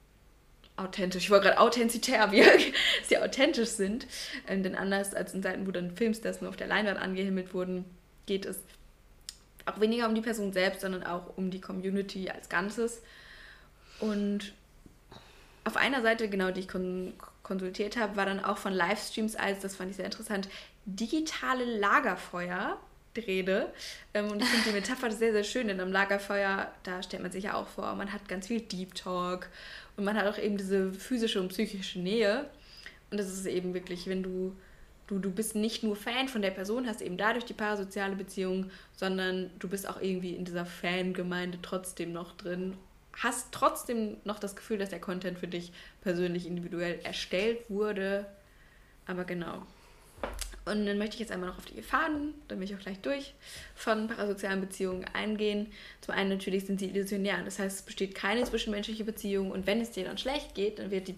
sind. Denn anders als in Zeiten, wo dann Filmstars nur auf der Leinwand angehimmelt wurden, geht es auch weniger um die Person selbst, sondern auch um die Community als Ganzes. Und auf einer Seite, genau, die ich konsultiert habe, war dann auch von Livestreams als, das fand ich sehr interessant, digitale Lagerfeuer die Rede. Und ich finde die Metapher sehr, sehr schön, denn am Lagerfeuer, da stellt man sich ja auch vor, man hat ganz viel Deep Talk und man hat auch eben diese physische und psychische Nähe. Und das ist eben wirklich, wenn du bist nicht nur Fan von der Person, hast eben dadurch die parasoziale Beziehung, sondern du bist auch irgendwie in dieser Fangemeinde trotzdem noch drin, hast trotzdem noch das Gefühl, dass der Content für dich persönlich individuell erstellt wurde. Aber genau. Und dann möchte ich jetzt einmal noch auf die Gefahren, dann bin ich auch gleich durch, von parasozialen Beziehungen eingehen. Zum einen natürlich sind sie illusionär, das heißt, es besteht keine zwischenmenschliche Beziehung und wenn es dir dann schlecht geht, dann wird die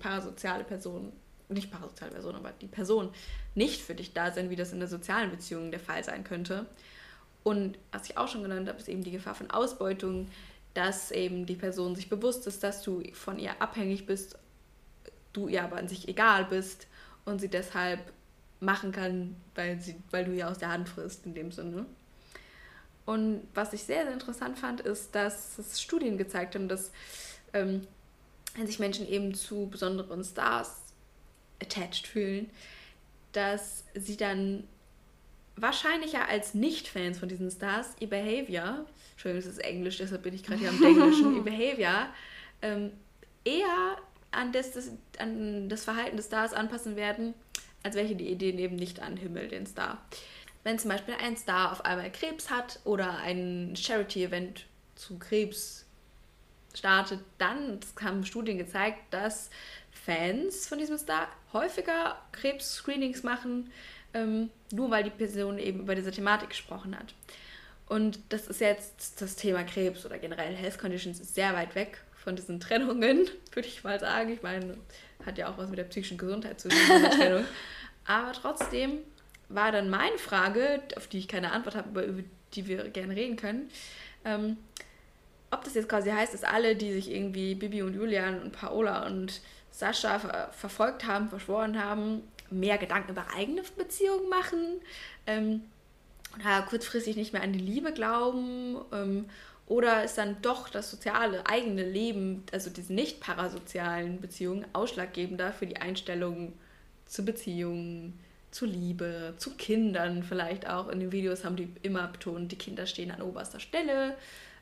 die Person nicht für dich da sein, wie das in der sozialen Beziehung der Fall sein könnte. Und was ich auch schon genannt habe, ist eben die Gefahr von Ausbeutung, dass eben die Person sich bewusst ist, dass du von ihr abhängig bist, du ihr aber an sich egal bist und sie deshalb machen kann, weil du ihr aus der Hand frisst, in dem Sinne. Und was ich sehr, sehr interessant fand, ist, dass es Studien gezeigt haben, dass wenn sich Menschen eben zu besonderen Stars attached fühlen, dass sie dann wahrscheinlicher als Nicht-Fans von diesen Stars ihr Behavior, Entschuldigung, das ist Englisch, deshalb bin ich gerade hier am Englischen, ihr Behavior eher an das Verhalten des Stars anpassen werden, als welche die Ideen eben nicht anhimmeln, den Star. Wenn zum Beispiel ein Star auf einmal Krebs hat oder ein Charity-Event zu Krebs startet, dann, das haben Studien gezeigt, dass Fans von diesem Star häufiger Krebs-Screenings machen, nur weil die Person eben über diese Thematik gesprochen hat. Und das ist jetzt das Thema Krebs oder generell Health Conditions ist sehr weit weg von diesen Trennungen, würde ich mal sagen. Ich meine, hat ja auch was mit der psychischen Gesundheit zu tun, diese Trennung. Aber trotzdem war dann meine Frage, auf die ich keine Antwort habe, aber über die wir gerne reden können, ob das jetzt quasi heißt, dass alle, die sich irgendwie Bibi und Julian und Paola und Sascha verfolgt haben, verschworen haben, mehr Gedanken über eigene Beziehungen machen, kurzfristig nicht mehr an die Liebe glauben, oder ist dann doch das soziale eigene Leben, also diese nicht parasozialen Beziehungen, ausschlaggebender für die Einstellung zu Beziehungen, zu Liebe, zu Kindern vielleicht auch. In den Videos haben die immer betont, die Kinder stehen an oberster Stelle.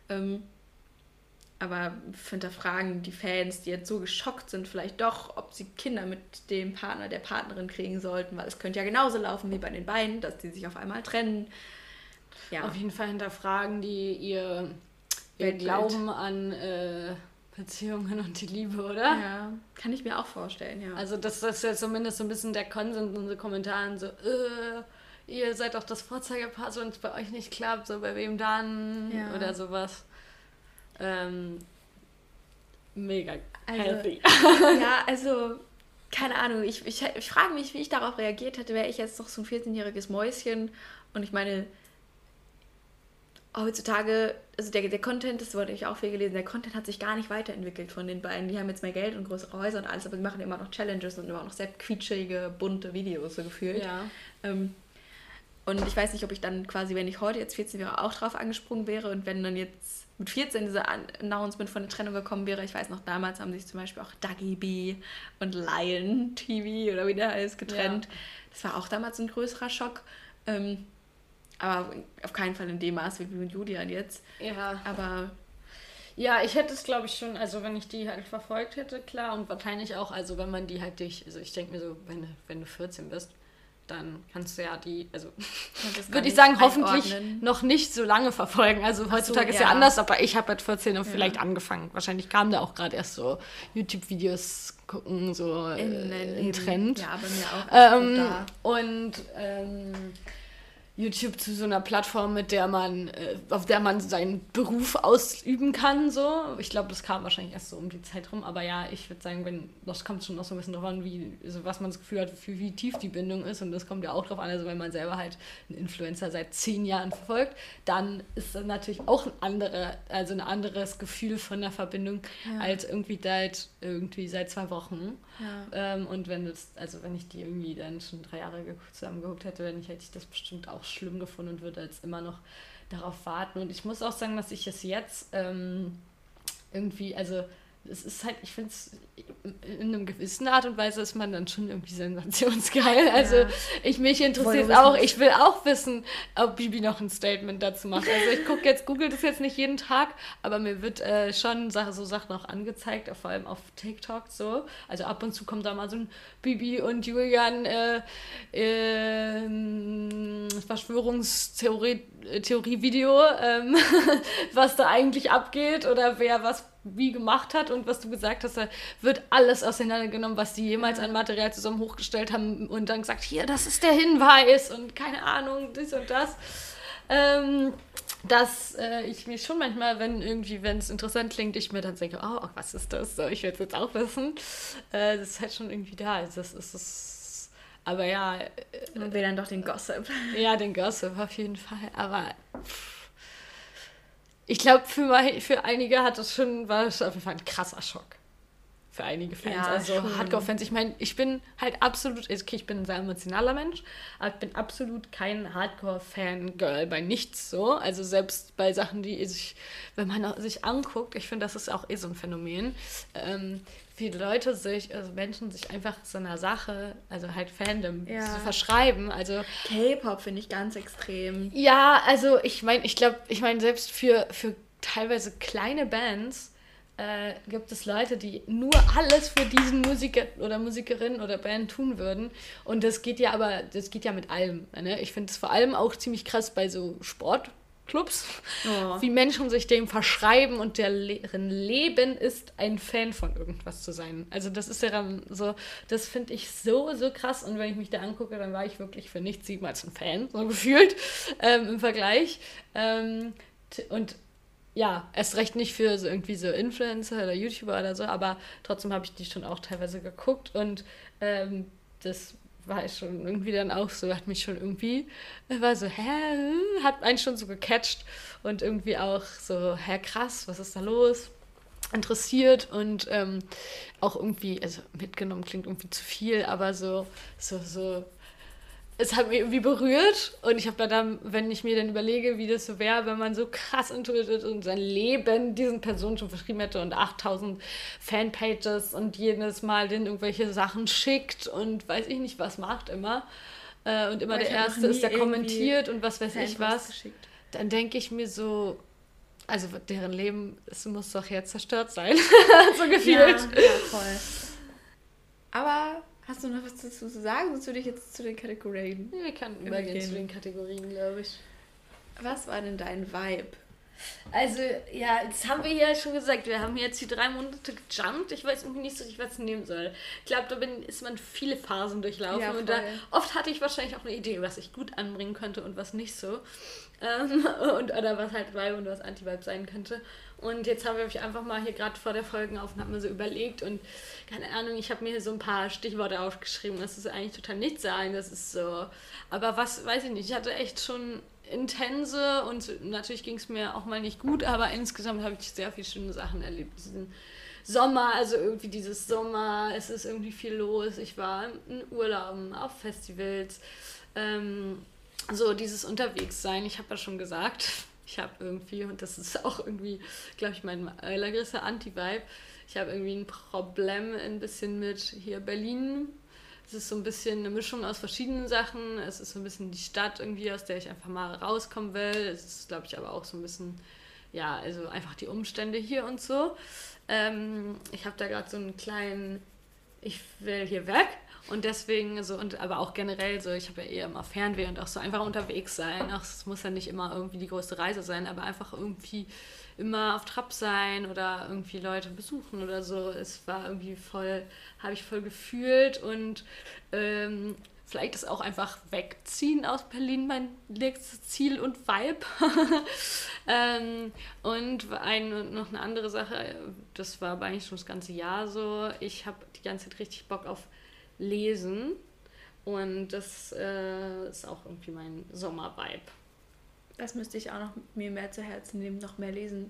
Aber hinterfragen die Fans, die jetzt so geschockt sind, vielleicht doch, ob sie Kinder mit dem Partner, der Partnerin kriegen sollten, weil es könnte ja genauso laufen wie bei den beiden, dass die sich auf einmal trennen. Ja. Auf jeden Fall hinterfragen die ihr Glauben an Beziehungen und die Liebe, oder? Ja, kann ich mir auch vorstellen, ja. Also das ist ja zumindest so ein bisschen der Konsens in so Kommentaren, so, ihr seid doch das Vorzeigepaar, so, wenn es bei euch nicht klappt, so bei wem dann, oder sowas. mega healthy. Ja, also, keine Ahnung, ich frage mich, wie ich darauf reagiert hätte, wäre ich jetzt noch so ein 14-jähriges Mäuschen. Und ich meine, heutzutage, also der Content, das wurde ich auch viel gelesen, der Content hat sich gar nicht weiterentwickelt von den beiden. Die haben jetzt mehr Geld und größere Häuser und alles, aber die machen immer noch Challenges und immer noch sehr quietschige, bunte Videos so gefühlt. Ja. Und ich weiß nicht, ob ich dann quasi, wenn ich heute jetzt 14 wäre, auch drauf angesprungen wäre und wenn dann jetzt mit 14 dieser Announcement von der Trennung gekommen wäre, ich weiß noch, damals haben sich zum Beispiel auch Dagi B und Lion TV oder wie der heißt getrennt. Ja. Das war auch damals ein größerer Schock. Aber auf keinen Fall in dem Maß wie mit Julian jetzt. Ja. Aber ja, ich hätte es, glaube ich, schon, also wenn ich die halt verfolgt hätte, klar, und wahrscheinlich auch, also wenn man die halt also ich denke mir so, wenn du 14 bist, dann kannst du ja die, also würde ich sagen, hoffentlich noch nicht so lange verfolgen. Also heutzutage ist ja anders, aber ich habe mit 14 vielleicht angefangen. Wahrscheinlich kamen da auch gerade erst so YouTube-Videos gucken, so in Trend. Ja, bei mir auch. Und YouTube zu so einer Plattform, auf der man seinen Beruf ausüben kann, so. Ich glaube, das kam wahrscheinlich erst so um die Zeit rum, aber ja, ich würde sagen, das kommt schon noch so ein bisschen drauf an, was man das Gefühl hat, wie tief die Bindung ist, und das kommt ja auch drauf an, also wenn man selber halt einen Influencer seit 10 Jahren verfolgt, dann ist das natürlich auch ein anderes Gefühl von der Verbindung, als irgendwie seit 2 Wochen. Ja. Und wenn ich die irgendwie dann schon 3 Jahre zusammen geguckt hätte, hätte ich das bestimmt auch schlimm gefunden und würde jetzt immer noch darauf warten. Und ich muss auch sagen, dass ich es jetzt irgendwie, also es ist halt, ich finde es in einer gewissen Art und Weise ist man dann schon irgendwie sensationsgeil. Also mich interessiert es auch, ich will auch wissen, ob Bibi noch ein Statement dazu macht. Also ich google das jetzt nicht jeden Tag, aber mir wird schon so Sachen auch angezeigt, vor allem auf TikTok so. Also ab und zu kommt da mal so ein Bibi und Julian Verschwörungstheorie-Video, was da eigentlich abgeht oder wer was wie gemacht hat, und was du gesagt hast, da wird alles auseinandergenommen, was die jemals an Material zusammen hochgestellt haben und dann gesagt, hier, das ist der Hinweis und keine Ahnung, dies und das. Dass ich mir schon manchmal, wenn es interessant klingt, ich mir dann denke, oh, was ist das? So, ich will es jetzt auch wissen. Das ist halt schon irgendwie da. Also das ist es. Aber ja. Man will dann doch den Gossip. Ja, den Gossip auf jeden Fall. Aber ich glaube, für einige war das auf jeden Fall ein krasser Schock. Für einige Fans, Hardcore-Fans. Ich meine, ich bin halt absolut, okay, ich bin ein sehr emotionaler Mensch, aber ich bin absolut kein Hardcore-Fan-Girl bei nichts so. Also selbst bei Sachen, wenn man sich anguckt, ich finde, das ist auch so ein Phänomen, viele Menschen sich einfach so einer Sache, also halt Fandom, so verschreiben. Also K-Pop finde ich ganz extrem. Ja, also ich meine, selbst für teilweise kleine Bands gibt es Leute, die nur alles für diesen Musiker oder Musikerin oder Band tun würden. Und das geht ja mit allem. Ne? Ich finde es vor allem auch ziemlich krass bei so Sportclubs, wie Menschen sich dem verschreiben und deren Leben ist, ein Fan von irgendwas zu sein. Also das ist ja dann so, das finde ich so, so krass. Und wenn ich mich da angucke, dann war ich wirklich für nichts jemals ein Fan, so gefühlt, im Vergleich. Und ja, erst recht nicht für so irgendwie so Influencer oder YouTuber oder so, aber trotzdem habe ich die schon auch teilweise geguckt und das war schon irgendwie dann auch so, hat mich schon irgendwie, war so, hat einen schon so gecatcht und irgendwie auch so, krass, was ist da los? Interessiert und auch irgendwie, also mitgenommen klingt irgendwie zu viel, aber so es hat mich irgendwie berührt und ich habe dann, wenn ich mir dann überlege, wie das so wäre, wenn man so krass intuitiv und sein Leben diesen Personen schon verschrieben hätte und 8000 Fanpages und jedes Mal denen irgendwelche Sachen schickt und weiß ich nicht, was macht immer. Und immer der Erste ist, der kommentiert und was weiß ich was. Geschickt. Dann denke ich mir so, also deren Leben, es muss doch jetzt zerstört sein. So gefühlt. Ja, voll. Aber hast du noch was dazu zu sagen? Sonst würde ich jetzt zu den Kategorien. Wir können übergehen zu den Kategorien, glaube ich. Was war denn dein Vibe Also, ja, das haben wir ja schon gesagt. Wir haben jetzt die 3 Monate gejumpt. Ich weiß irgendwie nicht so, was ich nehmen soll. Ich glaube, da ist man viele Phasen durchlaufen. Ja, und oft hatte ich wahrscheinlich auch eine Idee, was ich gut anbringen könnte und was nicht so. Oder was halt Vibe und was Anti-Vibe sein könnte. Und jetzt habe ich einfach mal hier gerade vor der Folgenaufnahme so überlegt und keine Ahnung, ich habe mir hier so ein paar Stichworte aufgeschrieben. Das ist eigentlich total nichts sagen, das ist so. Aber was, weiß ich nicht, ich hatte echt schon intense und natürlich ging es mir auch mal nicht gut, aber insgesamt habe ich sehr viele schöne Sachen erlebt. Diesen Sommer, also irgendwie dieses Sommer, es ist irgendwie viel los. Ich war in Urlauben, auf Festivals, so dieses Unterwegssein, ich habe ja schon gesagt, ich habe irgendwie, und das ist auch irgendwie, glaube ich, mein allergrößter Anti-Vibe, ich habe irgendwie ein Problem ein bisschen mit hier Berlin. Es ist so ein bisschen eine Mischung aus verschiedenen Sachen. Es ist so ein bisschen die Stadt irgendwie, aus der ich einfach mal rauskommen will. Es ist, glaube ich, aber auch so ein bisschen, ja, also einfach die Umstände hier und so. Ich habe da gerade so einen kleinen, ich will hier weg. Und deswegen so, und aber auch generell so, ich habe ja eher immer Fernweh und auch so einfach unterwegs sein. Auch es muss ja nicht immer irgendwie die größte Reise sein, aber einfach irgendwie immer auf Trab sein oder irgendwie Leute besuchen oder so. Es war irgendwie voll, habe ich voll gefühlt und vielleicht ist auch einfach wegziehen aus Berlin mein nächstes Ziel und Vibe. Und noch eine andere Sache, das war aber eigentlich schon das ganze Jahr so, ich habe die ganze Zeit richtig Bock auf Lesen und das ist auch irgendwie mein Sommer-Vibe. Das müsste ich auch noch mir mehr zu Herzen nehmen, noch mehr lesen.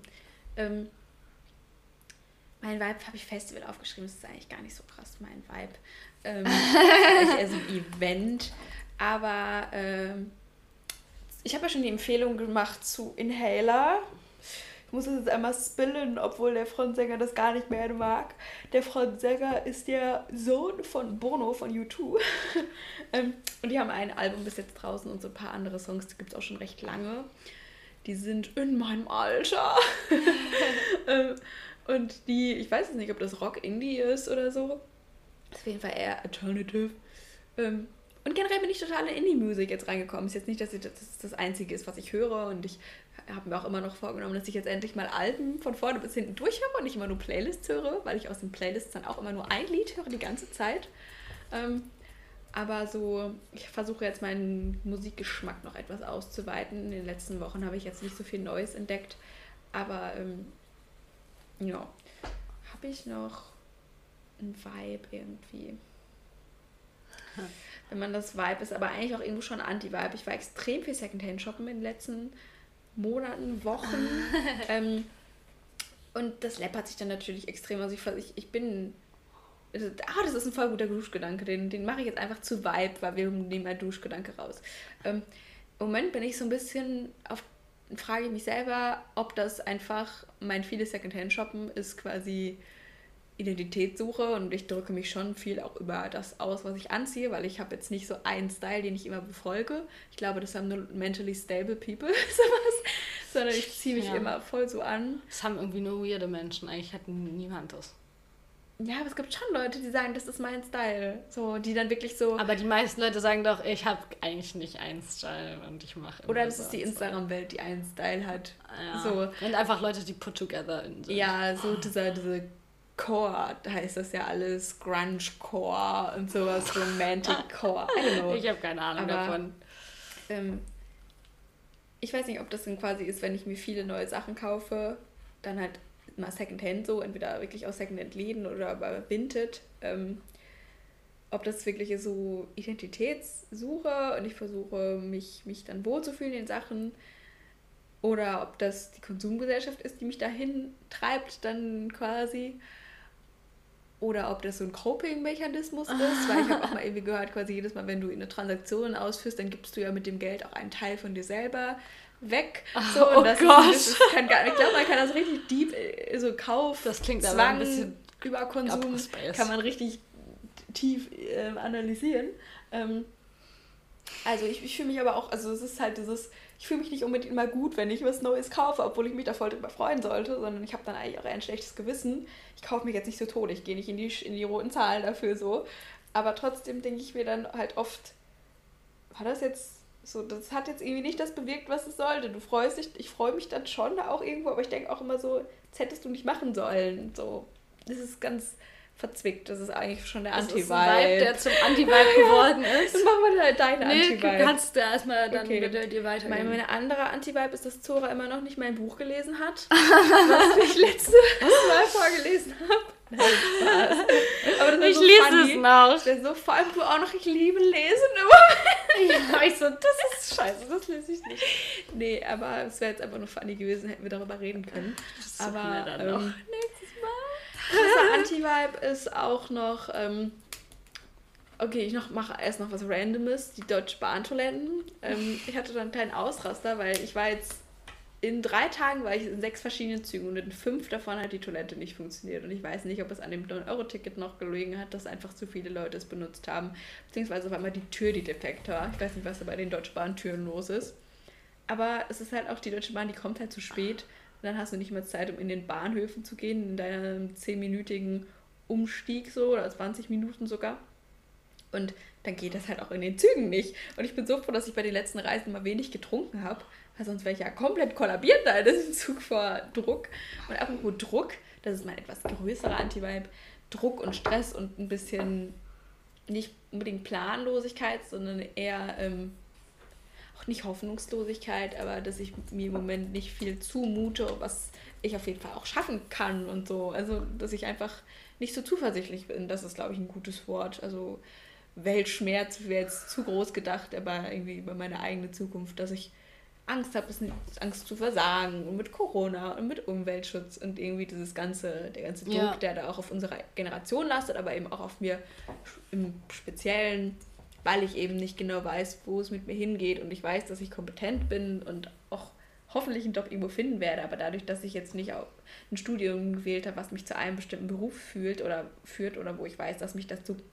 Mein Vibe habe ich Festival aufgeschrieben, das ist eigentlich gar nicht so krass mein Vibe. Vielleicht eher so ein Event, aber ich habe ja schon die Empfehlung gemacht zu Inhaler. Ich muss das jetzt einmal spillen, obwohl der Frontsänger das gar nicht mehr mag. Der Frontsänger ist der Sohn von Bono von U2. Und die haben ein Album bis jetzt draußen und so ein paar andere Songs, die gibt es auch schon recht lange. Die sind in meinem Alter. Und die, ich weiß jetzt nicht, ob das Rock-Indie ist oder so. Auf jeden Fall eher Alternative. Und generell bin ich total in Indie-Musik jetzt reingekommen. Ist jetzt nicht, dass das Einzige ist, was ich höre. Und ich habe mir auch immer noch vorgenommen, dass ich jetzt endlich mal Alben von vorne bis hinten durchhöre und nicht immer nur Playlists höre, weil ich aus den Playlists dann auch immer nur ein Lied höre die ganze Zeit. Aber so, ich versuche jetzt meinen Musikgeschmack noch etwas auszuweiten. In den letzten Wochen habe ich jetzt nicht so viel Neues entdeckt. Aber ja, habe ich noch ein Vibe irgendwie. Wenn man das Vibe ist, aber eigentlich auch irgendwo schon Anti-Vibe. Ich war extrem viel Secondhand shoppen in den letzten Monaten, Wochen. Und das läppert sich dann natürlich extrem. Also ich bin... das ist ein voll guter Duschgedanke. Den mache ich jetzt einfach zu Vibe, weil wir nehmen einen Duschgedanke raus. Im Moment bin ich so ein bisschen frage ich mich selber, ob das einfach mein vieles Secondhand-Shoppen ist quasi Identitätssuche und ich drücke mich schon viel auch über das aus, was ich anziehe, weil ich habe jetzt nicht so einen Style, den ich immer befolge. Ich glaube, das haben nur mentally stable people, sowas, sondern ich ziehe mich immer voll so an. Das haben irgendwie nur weirde Menschen, eigentlich hat niemand das. Ja, aber es gibt schon Leute, die sagen, das ist mein Style. So, die dann wirklich so... Aber die meisten Leute sagen doch, ich habe eigentlich nicht einen Style und ich mache... Oder das ist die Instagram-Welt, die einen Style hat. Ja. So. Und einfach Leute, die put together sind. Ja, so diese Core, da heißt das ja alles, Grunge-Core und sowas, Romantic-Core. I don't know. Ich habe keine Ahnung davon. Ich weiß nicht, ob das dann quasi ist, wenn ich mir viele neue Sachen kaufe, dann halt mal Secondhand so, entweder wirklich aus Secondhand-Läden oder aber Vinted, ob das wirklich ist so Identitätssuche und ich versuche, mich dann wohlzufühlen in den Sachen oder ob das die Konsumgesellschaft ist, die mich dahin treibt dann quasi oder ob das so ein Coping-Mechanismus ist, weil ich habe auch mal irgendwie gehört, quasi jedes Mal, wenn du eine Transaktion ausführst, dann gibst du ja mit dem Geld auch einen Teil von dir selber weg. So, und das Gott. Ich glaube, man kann das richtig deep, so Kauf, das klingt Zwang, aber ein bisschen Überkonsum, kann man richtig tief analysieren. Also ich fühle mich aber auch, also es ist halt dieses, ich fühle mich nicht unbedingt immer gut, wenn ich was Neues kaufe, obwohl ich mich da voll drüber freuen sollte, sondern ich habe dann eigentlich auch eher ein schlechtes Gewissen. Ich kaufe mich jetzt nicht so tot, ich gehe nicht in die roten Zahlen dafür so. Aber trotzdem denke ich mir dann halt oft, war das jetzt So, das hat jetzt irgendwie nicht das bewirkt, was es sollte. Du freust dich, ich freue mich dann schon auch irgendwo, aber ich denke auch immer so, das hättest du nicht machen sollen. So, das ist ganz verzwickt. Das ist eigentlich schon der Anti-Vibe. Das ist ein Vibe, der zum Anti-Vibe geworden ist. Dann machen wir halt deinen Anti-Vibe. Du kannst da erstmal dann mit dir weitergehen. Meine andere Anti-Vibe ist, dass Zora immer noch nicht mein Buch gelesen hat, was ich letztes Mal vorgelesen habe. Nein, Spaß. Aber das ich so lese funny. Es noch. Der so, vor allem du auch noch, ich liebe Lesen immer. Ja, ich so, das ist scheiße, das lese ich nicht. Nee, aber es wäre jetzt einfach nur funny gewesen, hätten wir darüber reden können. Das aber dann noch. Nächstes Mal. Krasser Anti-Vibe ist auch noch, okay, ich mache erst noch was Randomes, die Deutsche Bahntoiletten. Ich hatte dann einen kleinen Ausraster, weil ich war jetzt in 3 Tagen war ich in 6 verschiedenen Zügen und in 5 davon hat die Toilette nicht funktioniert. Und ich weiß nicht, ob es an dem 9-Euro-Ticket noch gelegen hat, dass einfach zu viele Leute es benutzt haben. Beziehungsweise auf einmal die Tür, die defekt war. Ich weiß nicht, was da bei den Deutschen Bahn-Türen los ist. Aber es ist halt auch die Deutsche Bahn, die kommt halt zu spät. Und dann hast du nicht mehr Zeit, um in den Bahnhöfen zu gehen, in deinem 10-minütigen Umstieg so, oder 20 Minuten sogar. Und dann geht das halt auch in den Zügen nicht. Und ich bin so froh, dass ich bei den letzten Reisen mal wenig getrunken habe. Weil sonst wäre ich ja komplett kollabiert da in diesem Zug vor Druck. Und apropos Druck, das ist mal etwas größerer Anti-Vibe. Druck und Stress und ein bisschen nicht unbedingt Planlosigkeit, sondern eher auch nicht Hoffnungslosigkeit, aber dass ich mir im Moment nicht viel zumute, was ich auf jeden Fall auch schaffen kann und so. Also, dass ich einfach nicht so zuversichtlich bin, das ist, glaube ich, ein gutes Wort. Also, Weltschmerz wäre jetzt zu groß gedacht, aber irgendwie über meine eigene Zukunft, dass ich Angst habe, Angst zu versagen und mit Corona und mit Umweltschutz und irgendwie der ganze Druck, der da auch auf unserer Generation lastet, aber eben auch auf mir im Speziellen, weil ich eben nicht genau weiß, wo es mit mir hingeht und ich weiß, dass ich kompetent bin und auch hoffentlich einen Job irgendwo finden werde, aber dadurch, dass ich jetzt nicht auch ein Studium gewählt habe, was mich zu einem bestimmten Beruf führt oder wo ich weiß, dass mich das zu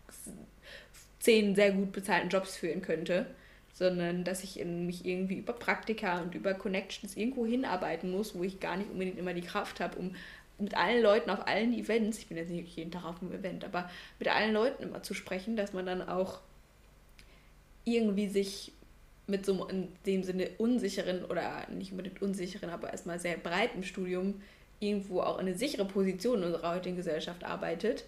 10 sehr gut bezahlten Jobs führen könnte, sondern dass ich mich irgendwie über Praktika und über Connections irgendwo hinarbeiten muss, wo ich gar nicht unbedingt immer die Kraft habe, um mit allen Leuten auf allen Events, ich bin jetzt nicht jeden Tag auf einem Event, aber mit allen Leuten immer zu sprechen, dass man dann auch irgendwie sich mit so in dem Sinne unsicheren oder nicht unbedingt unsicheren, aber erstmal sehr breiten Studium irgendwo auch in eine sichere Position in unserer heutigen Gesellschaft arbeitet.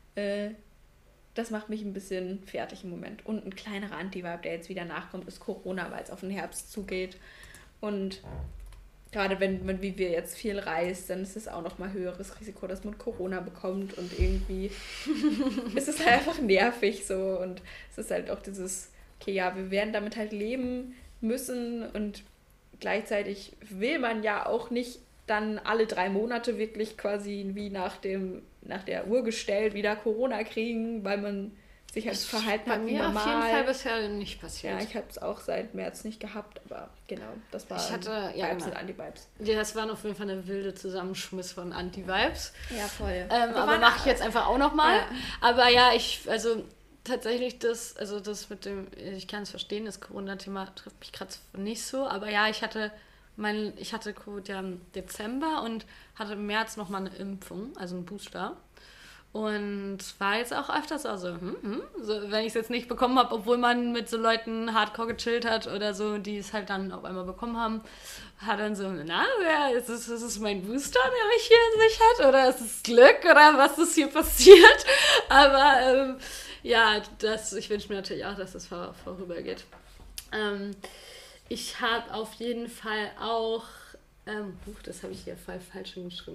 Das macht mich ein bisschen fertig im Moment. Und ein kleinerer Anti-Vibe, der jetzt wieder nachkommt, ist Corona, weil es auf den Herbst zugeht. Und gerade wenn man wie wir jetzt viel reist, dann ist es auch nochmal höheres Risiko, dass man Corona bekommt. Und irgendwie ist es halt einfach nervig so. Und es ist halt auch dieses, okay, ja, wir werden damit halt leben müssen. Und gleichzeitig will man ja auch nicht dann alle 3 Monate wirklich quasi wie nach der Uhr gestellt wieder Corona kriegen, weil man sich halt verhalten hat wie normal. Bei mir auf jeden Fall bisher nicht passiert. Ja, ich habe es auch seit März nicht gehabt, aber genau, das war Vibes und Anti-Vibes. Ja, das war auf jeden Fall eine wilde Zusammenschmiss von Anti-Vibes. Ja, voll. Aber mache ich jetzt einfach auch nochmal. Ja. Aber ja, tatsächlich das mit dem, ich kann es verstehen, das Corona-Thema trifft mich gerade nicht so, aber ja, ich hatte Covid ja im Dezember und hatte im März nochmal eine Impfung, also einen Booster. Und war jetzt auch öfters auch so, wenn ich es jetzt nicht bekommen habe, obwohl man mit so Leuten hardcore gechillt hat oder so, die es halt dann auf einmal bekommen haben, hat dann so, ist es mein Booster, der mich hier in sich hat? Oder ist es Glück? Oder was ist hier passiert? Aber ich wünsche mir natürlich auch, dass das vorübergeht. Ich habe auf jeden Fall auch, das habe ich hier voll falsch geschrieben,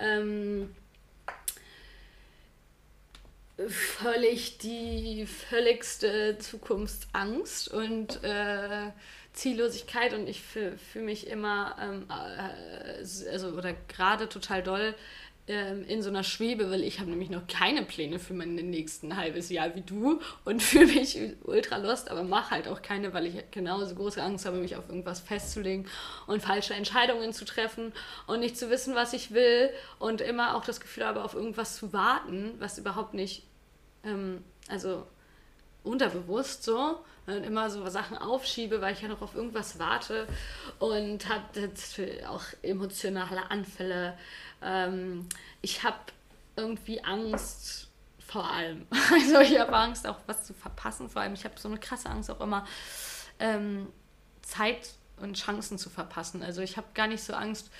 die völligste Zukunftsangst und Ziellosigkeit und ich fühle mich immer, oder gerade total doll in so einer Schwebe, weil ich habe nämlich noch keine Pläne für mein nächsten halbes Jahr wie du und fühle mich ultra lost, aber mache halt auch keine, weil ich genauso große Angst habe, mich auf irgendwas festzulegen und falsche Entscheidungen zu treffen und nicht zu wissen, was ich will und immer auch das Gefühl habe, auf irgendwas zu warten, was überhaupt nicht, unterbewusst so, und immer so Sachen aufschiebe, weil ich ja noch auf irgendwas warte und habe jetzt auch emotionale Anfälle. Ich habe irgendwie Angst vor allem. Also ich habe Angst, auch was zu verpassen. Vor allem, ich habe so eine krasse Angst auch immer, Zeit und Chancen zu verpassen. Also ich habe gar nicht so Angst,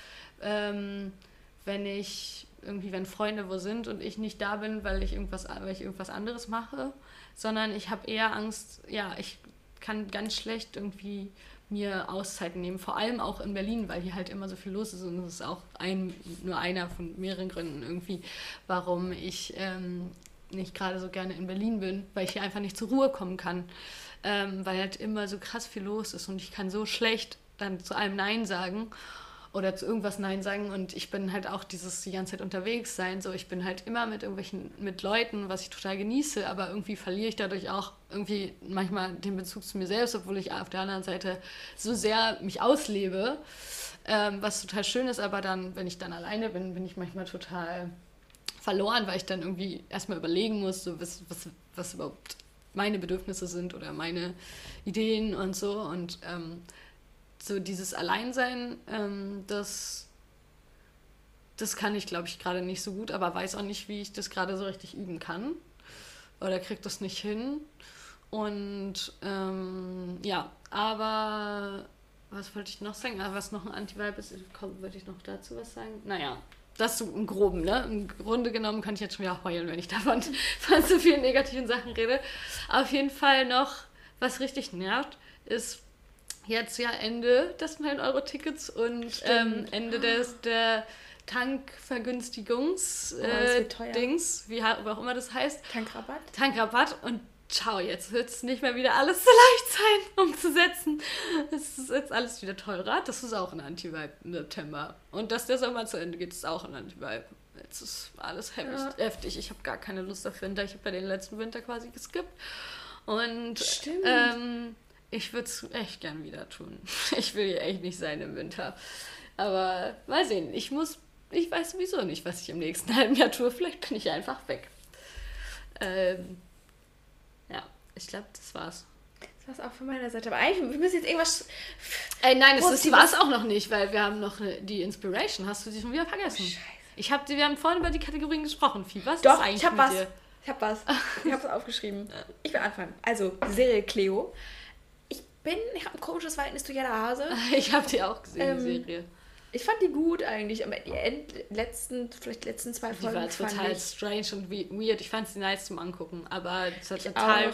wenn Freunde wo sind und ich nicht da bin, weil ich irgendwas anderes mache, sondern ich habe eher Angst, ja, ich kann ganz schlecht irgendwie mir Auszeiten nehmen, vor allem auch in Berlin, weil hier halt immer so viel los ist und das ist auch nur einer von mehreren Gründen irgendwie, warum ich nicht gerade so gerne in Berlin bin, weil ich hier einfach nicht zur Ruhe kommen kann, weil halt immer so krass viel los ist und ich kann so schlecht dann zu allem Nein sagen oder zu irgendwas Nein sagen und ich bin halt auch die ganze Zeit unterwegs sein, so ich bin halt immer mit Leuten, was ich total genieße, aber irgendwie verliere ich dadurch auch irgendwie manchmal den Bezug zu mir selbst, obwohl ich auf der anderen Seite so sehr mich auslebe, was total schön ist, aber dann, wenn ich dann alleine bin, bin ich manchmal total verloren, weil ich dann irgendwie erstmal überlegen muss, so was überhaupt meine Bedürfnisse sind oder meine Ideen und so und so dieses Alleinsein, das kann ich, glaube ich, gerade nicht so gut, aber weiß auch nicht, wie ich das gerade so richtig üben kann oder kriege das nicht hin und ja, aber was wollte ich noch sagen? Was noch ein Anti-Vibe ist, wollte ich noch dazu was sagen? Naja, das so im Groben, ne? Im Grunde genommen kann ich jetzt schon wieder heulen, wenn ich davon von so vielen negativen Sachen rede. Auf jeden Fall noch, was richtig nervt, ist jetzt ja Ende des 9-Euro-Tickets und Ende der Tankvergünstigungs-Dings, wie auch immer das heißt. Tankrabatt und ciao, jetzt wird es nicht mehr wieder alles so leicht sein, umzusetzen. Es ist jetzt alles wieder teurer. Das ist auch ein Anti-Vibe im September. Und dass der Sommer zu Ende geht, ist auch ein Anti-Vibe. Jetzt ist alles heftig. Ich habe gar keine Lust auf Winter. Ich habe ja den letzten Winter quasi geskippt. Und ich würde es echt gern wieder tun. Ich will hier echt nicht sein im Winter. Aber mal sehen. Ich weiß sowieso nicht, was ich im nächsten halben Jahr tue. Vielleicht bin ich einfach weg. Ja, ich glaube, das war's. Das war's auch von meiner Seite. Aber eigentlich, wir müssen jetzt irgendwas... Nein, das war's auch noch nicht, weil wir haben noch die Inspiration. Hast du die schon wieder vergessen? Oh, Scheiße. Wir haben vorhin über die Kategorien gesprochen, Vieh. Was Doch, ist eigentlich ich hab mit was. dir? Ich hab was. Ich hab's aufgeschrieben. Ich will anfangen. Also, Serie Cleo. Ich habe ein komisches Verhältnis zu Jella Hase. Ich habe die auch gesehen, die Serie. Ich fand die gut eigentlich, aber die letzten 2 Folgen die war total strange und weird. Ich fand sie nice zum Angucken, aber es hat total...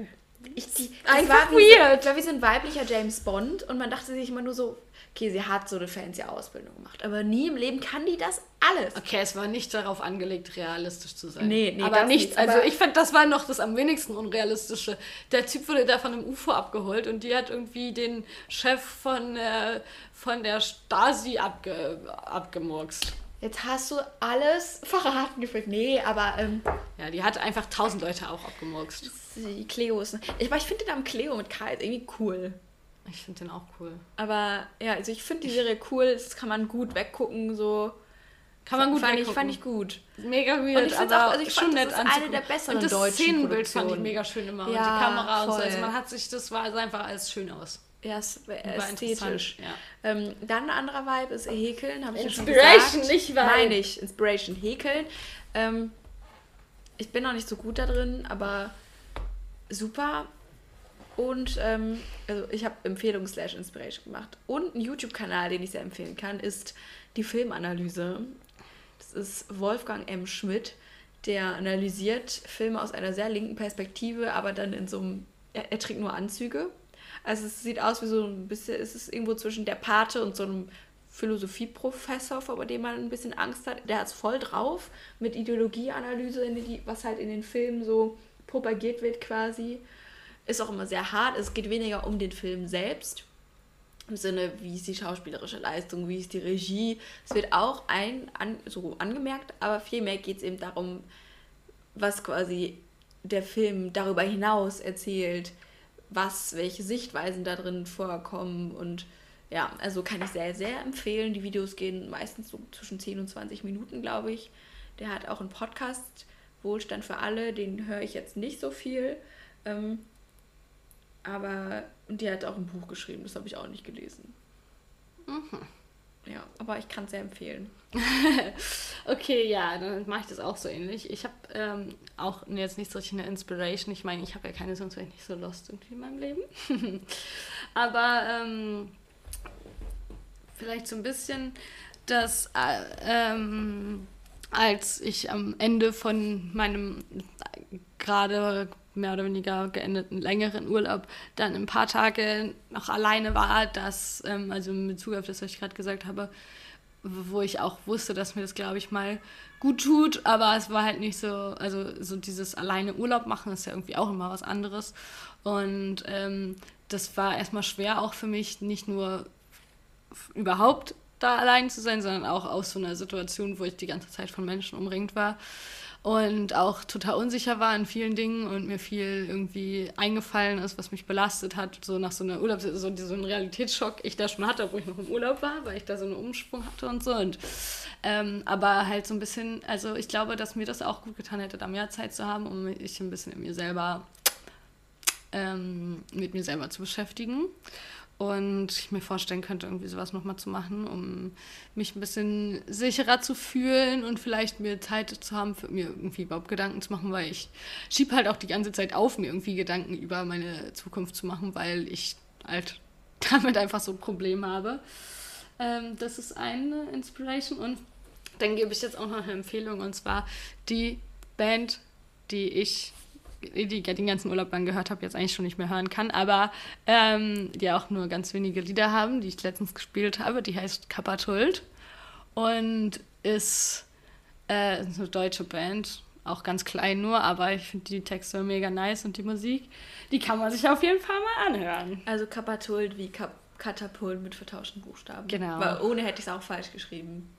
Einfach weird. War wie so ein weiblicher James Bond und man dachte sich immer nur so, okay, sie hat so eine fancy Ausbildung gemacht, aber nie im Leben kann die das alles. Okay, es war nicht darauf angelegt, realistisch zu sein. Nee, aber nicht. Also ich fand, das war noch das am wenigsten Unrealistische. Der Typ wurde da von einem UFO abgeholt und die hat irgendwie den Chef von der Stasi abgemurkst. Jetzt hast du alles verraten gefühlt. Nee, aber... ja, die hat einfach 1000 Leute auch abgemurkst. Die Cleo ist... Ich finde den Namen Cleo mit K ist irgendwie cool. Ich finde den auch cool. Aber ja, also ich finde die Serie cool. Das kann man gut weggucken, so... Kann man gut weggucken. Fand ich gut. Mega weird, und ich aber auch, schon nett anzugucken. Eine der besseren deutschen Und das Szenenbild fand ich mega schön immer. Ja, und die Kamera voll. und so. Also das sah einfach alles schön aus. Ja, es war ästhetisch. Ja. Dann ein anderer Vibe ist Häkeln, habe ich ja schon gesagt. Inspiration, nicht Vibe. Meine ich, Inspiration, Häkeln. Ich bin noch nicht so gut da drin, aber super. Und also ich habe Empfehlung/Inspiration gemacht. Und ein YouTube-Kanal, den ich sehr empfehlen kann, ist die Filmanalyse. Das ist Wolfgang M. Schmidt, der analysiert Filme aus einer sehr linken Perspektive, aber dann in so einem, er trägt nur Anzüge. Also es sieht aus wie so ein bisschen, es ist irgendwo zwischen der Pate und so einem Philosophieprofessor, vor dem man ein bisschen Angst hat. Der hat es voll drauf mit Ideologieanalyse, was halt in den Filmen so propagiert wird quasi. Ist auch immer sehr hart. Es geht weniger um den Film selbst. Im Sinne, wie ist die schauspielerische Leistung, wie ist die Regie. Es wird auch so angemerkt, aber vielmehr geht es eben darum, was quasi der Film darüber hinaus erzählt, welche Sichtweisen da drin vorkommen. Und ja, also kann ich sehr, sehr empfehlen. Die Videos gehen meistens so zwischen 10 und 20 Minuten, glaube ich. Der hat auch einen Podcast, Wohlstand für alle, den höre ich jetzt nicht so viel. Und die hat auch ein Buch geschrieben, das habe ich auch nicht gelesen. Mhm. Ja, aber ich kann es sehr empfehlen. Okay, ja, dann mache ich das auch so ähnlich. Ich habe auch jetzt nicht so richtig eine Inspiration. Ich meine, ich habe ja keine, sonst wäre ich nicht so lost irgendwie in meinem Leben. Aber vielleicht so ein bisschen, dass als ich am Ende von meinem gerade mehr oder weniger geendeten längeren Urlaub dann ein paar Tage noch alleine war, dass, also in Bezug auf das, was ich gerade gesagt habe, wo ich auch wusste, dass mir das, glaube ich, mal gut tut, aber es war halt nicht so, also so dieses alleine Urlaub machen ist ja irgendwie auch immer was anderes und das war erstmal schwer auch für mich, nicht nur überhaupt da allein zu sein, sondern auch aus so einer Situation, wo ich die ganze Zeit von Menschen umringt war und auch total unsicher war in vielen Dingen und mir viel irgendwie eingefallen ist, was mich belastet hat, so nach so einer so ein Realitätsschock ich da schon hatte, wo ich noch im Urlaub war, weil ich da so einen Umsprung hatte und so und aber halt so ein bisschen, also ich glaube, dass mir das auch gut getan hätte, da mehr Zeit zu haben, um mich ein bisschen mit mir selber zu beschäftigen. Und ich mir vorstellen könnte, irgendwie sowas nochmal zu machen, um mich ein bisschen sicherer zu fühlen und vielleicht mir Zeit zu haben, für mir irgendwie überhaupt Gedanken zu machen, weil ich schiebe halt auch die ganze Zeit auf, mir irgendwie Gedanken über meine Zukunft zu machen, weil ich halt damit einfach so ein Problem habe. Das ist eine Inspiration und dann gebe ich jetzt auch noch eine Empfehlung und zwar die Band, die ich den ganzen Urlaub lang gehört habe, jetzt eigentlich schon nicht mehr hören kann, aber die auch nur ganz wenige Lieder haben, die ich letztens gespielt habe. Die heißt Kapatult und ist eine deutsche Band, auch ganz klein nur, aber ich finde die Texte mega nice und die Musik, die kann man sich auf jeden Fall mal anhören. Also Kapatult wie Katapult mit vertauschten Buchstaben. Genau. Weil ohne hätte ich es auch falsch geschrieben.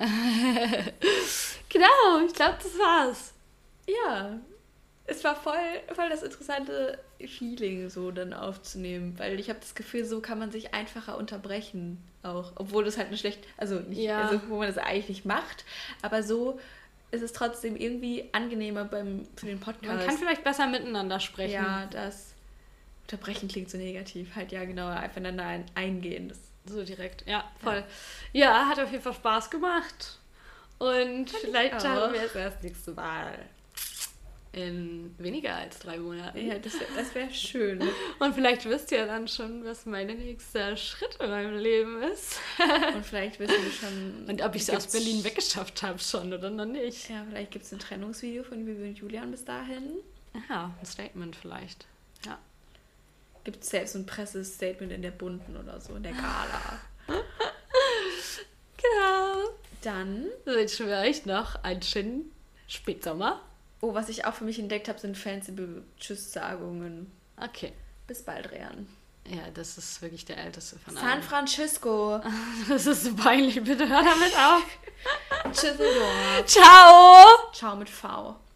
Genau, ich glaube, das war's. Ja. Es war voll das interessante Feeling, so dann aufzunehmen, weil ich habe das Gefühl, so kann man sich einfacher unterbrechen auch, obwohl das halt eine schlechte, also nicht, ja. Also wo man das eigentlich nicht macht, aber so ist es trotzdem irgendwie angenehmer für den Podcast. Man kann vielleicht besser miteinander sprechen. Ja, das Unterbrechen klingt so negativ, halt ja genau, aufeinander eingehen. Das so direkt, ja, voll. Ja, hat auf jeden Fall Spaß gemacht und vielleicht haben wir es das nächste Mal. In weniger als 3 Monaten. Ja, das wär schön. Und vielleicht wisst ihr dann schon, was mein nächster Schritt in meinem Leben ist. Und vielleicht wissen wir schon... Und ob ich es aus Berlin weggeschafft habe schon oder noch nicht. Ja, vielleicht gibt es ein Trennungsvideo von Vivi und Julian bis dahin. Ja, ein Statement vielleicht. Ja. Gibt es selbst ein Pressestatement in der Bunten oder so, in der Gala. Genau. Dann wünschen wir euch noch einen schönen Spätsommer. Oh, was ich auch für mich entdeckt habe, sind fancy Tschüss-Sagungen. Okay. Bis bald, Rehan. Ja, das ist wirklich der älteste von allen. San Francisco. Das ist so peinlich. Bitte hör damit auf. Tschüsseldorf. Ciao. Ciao mit V.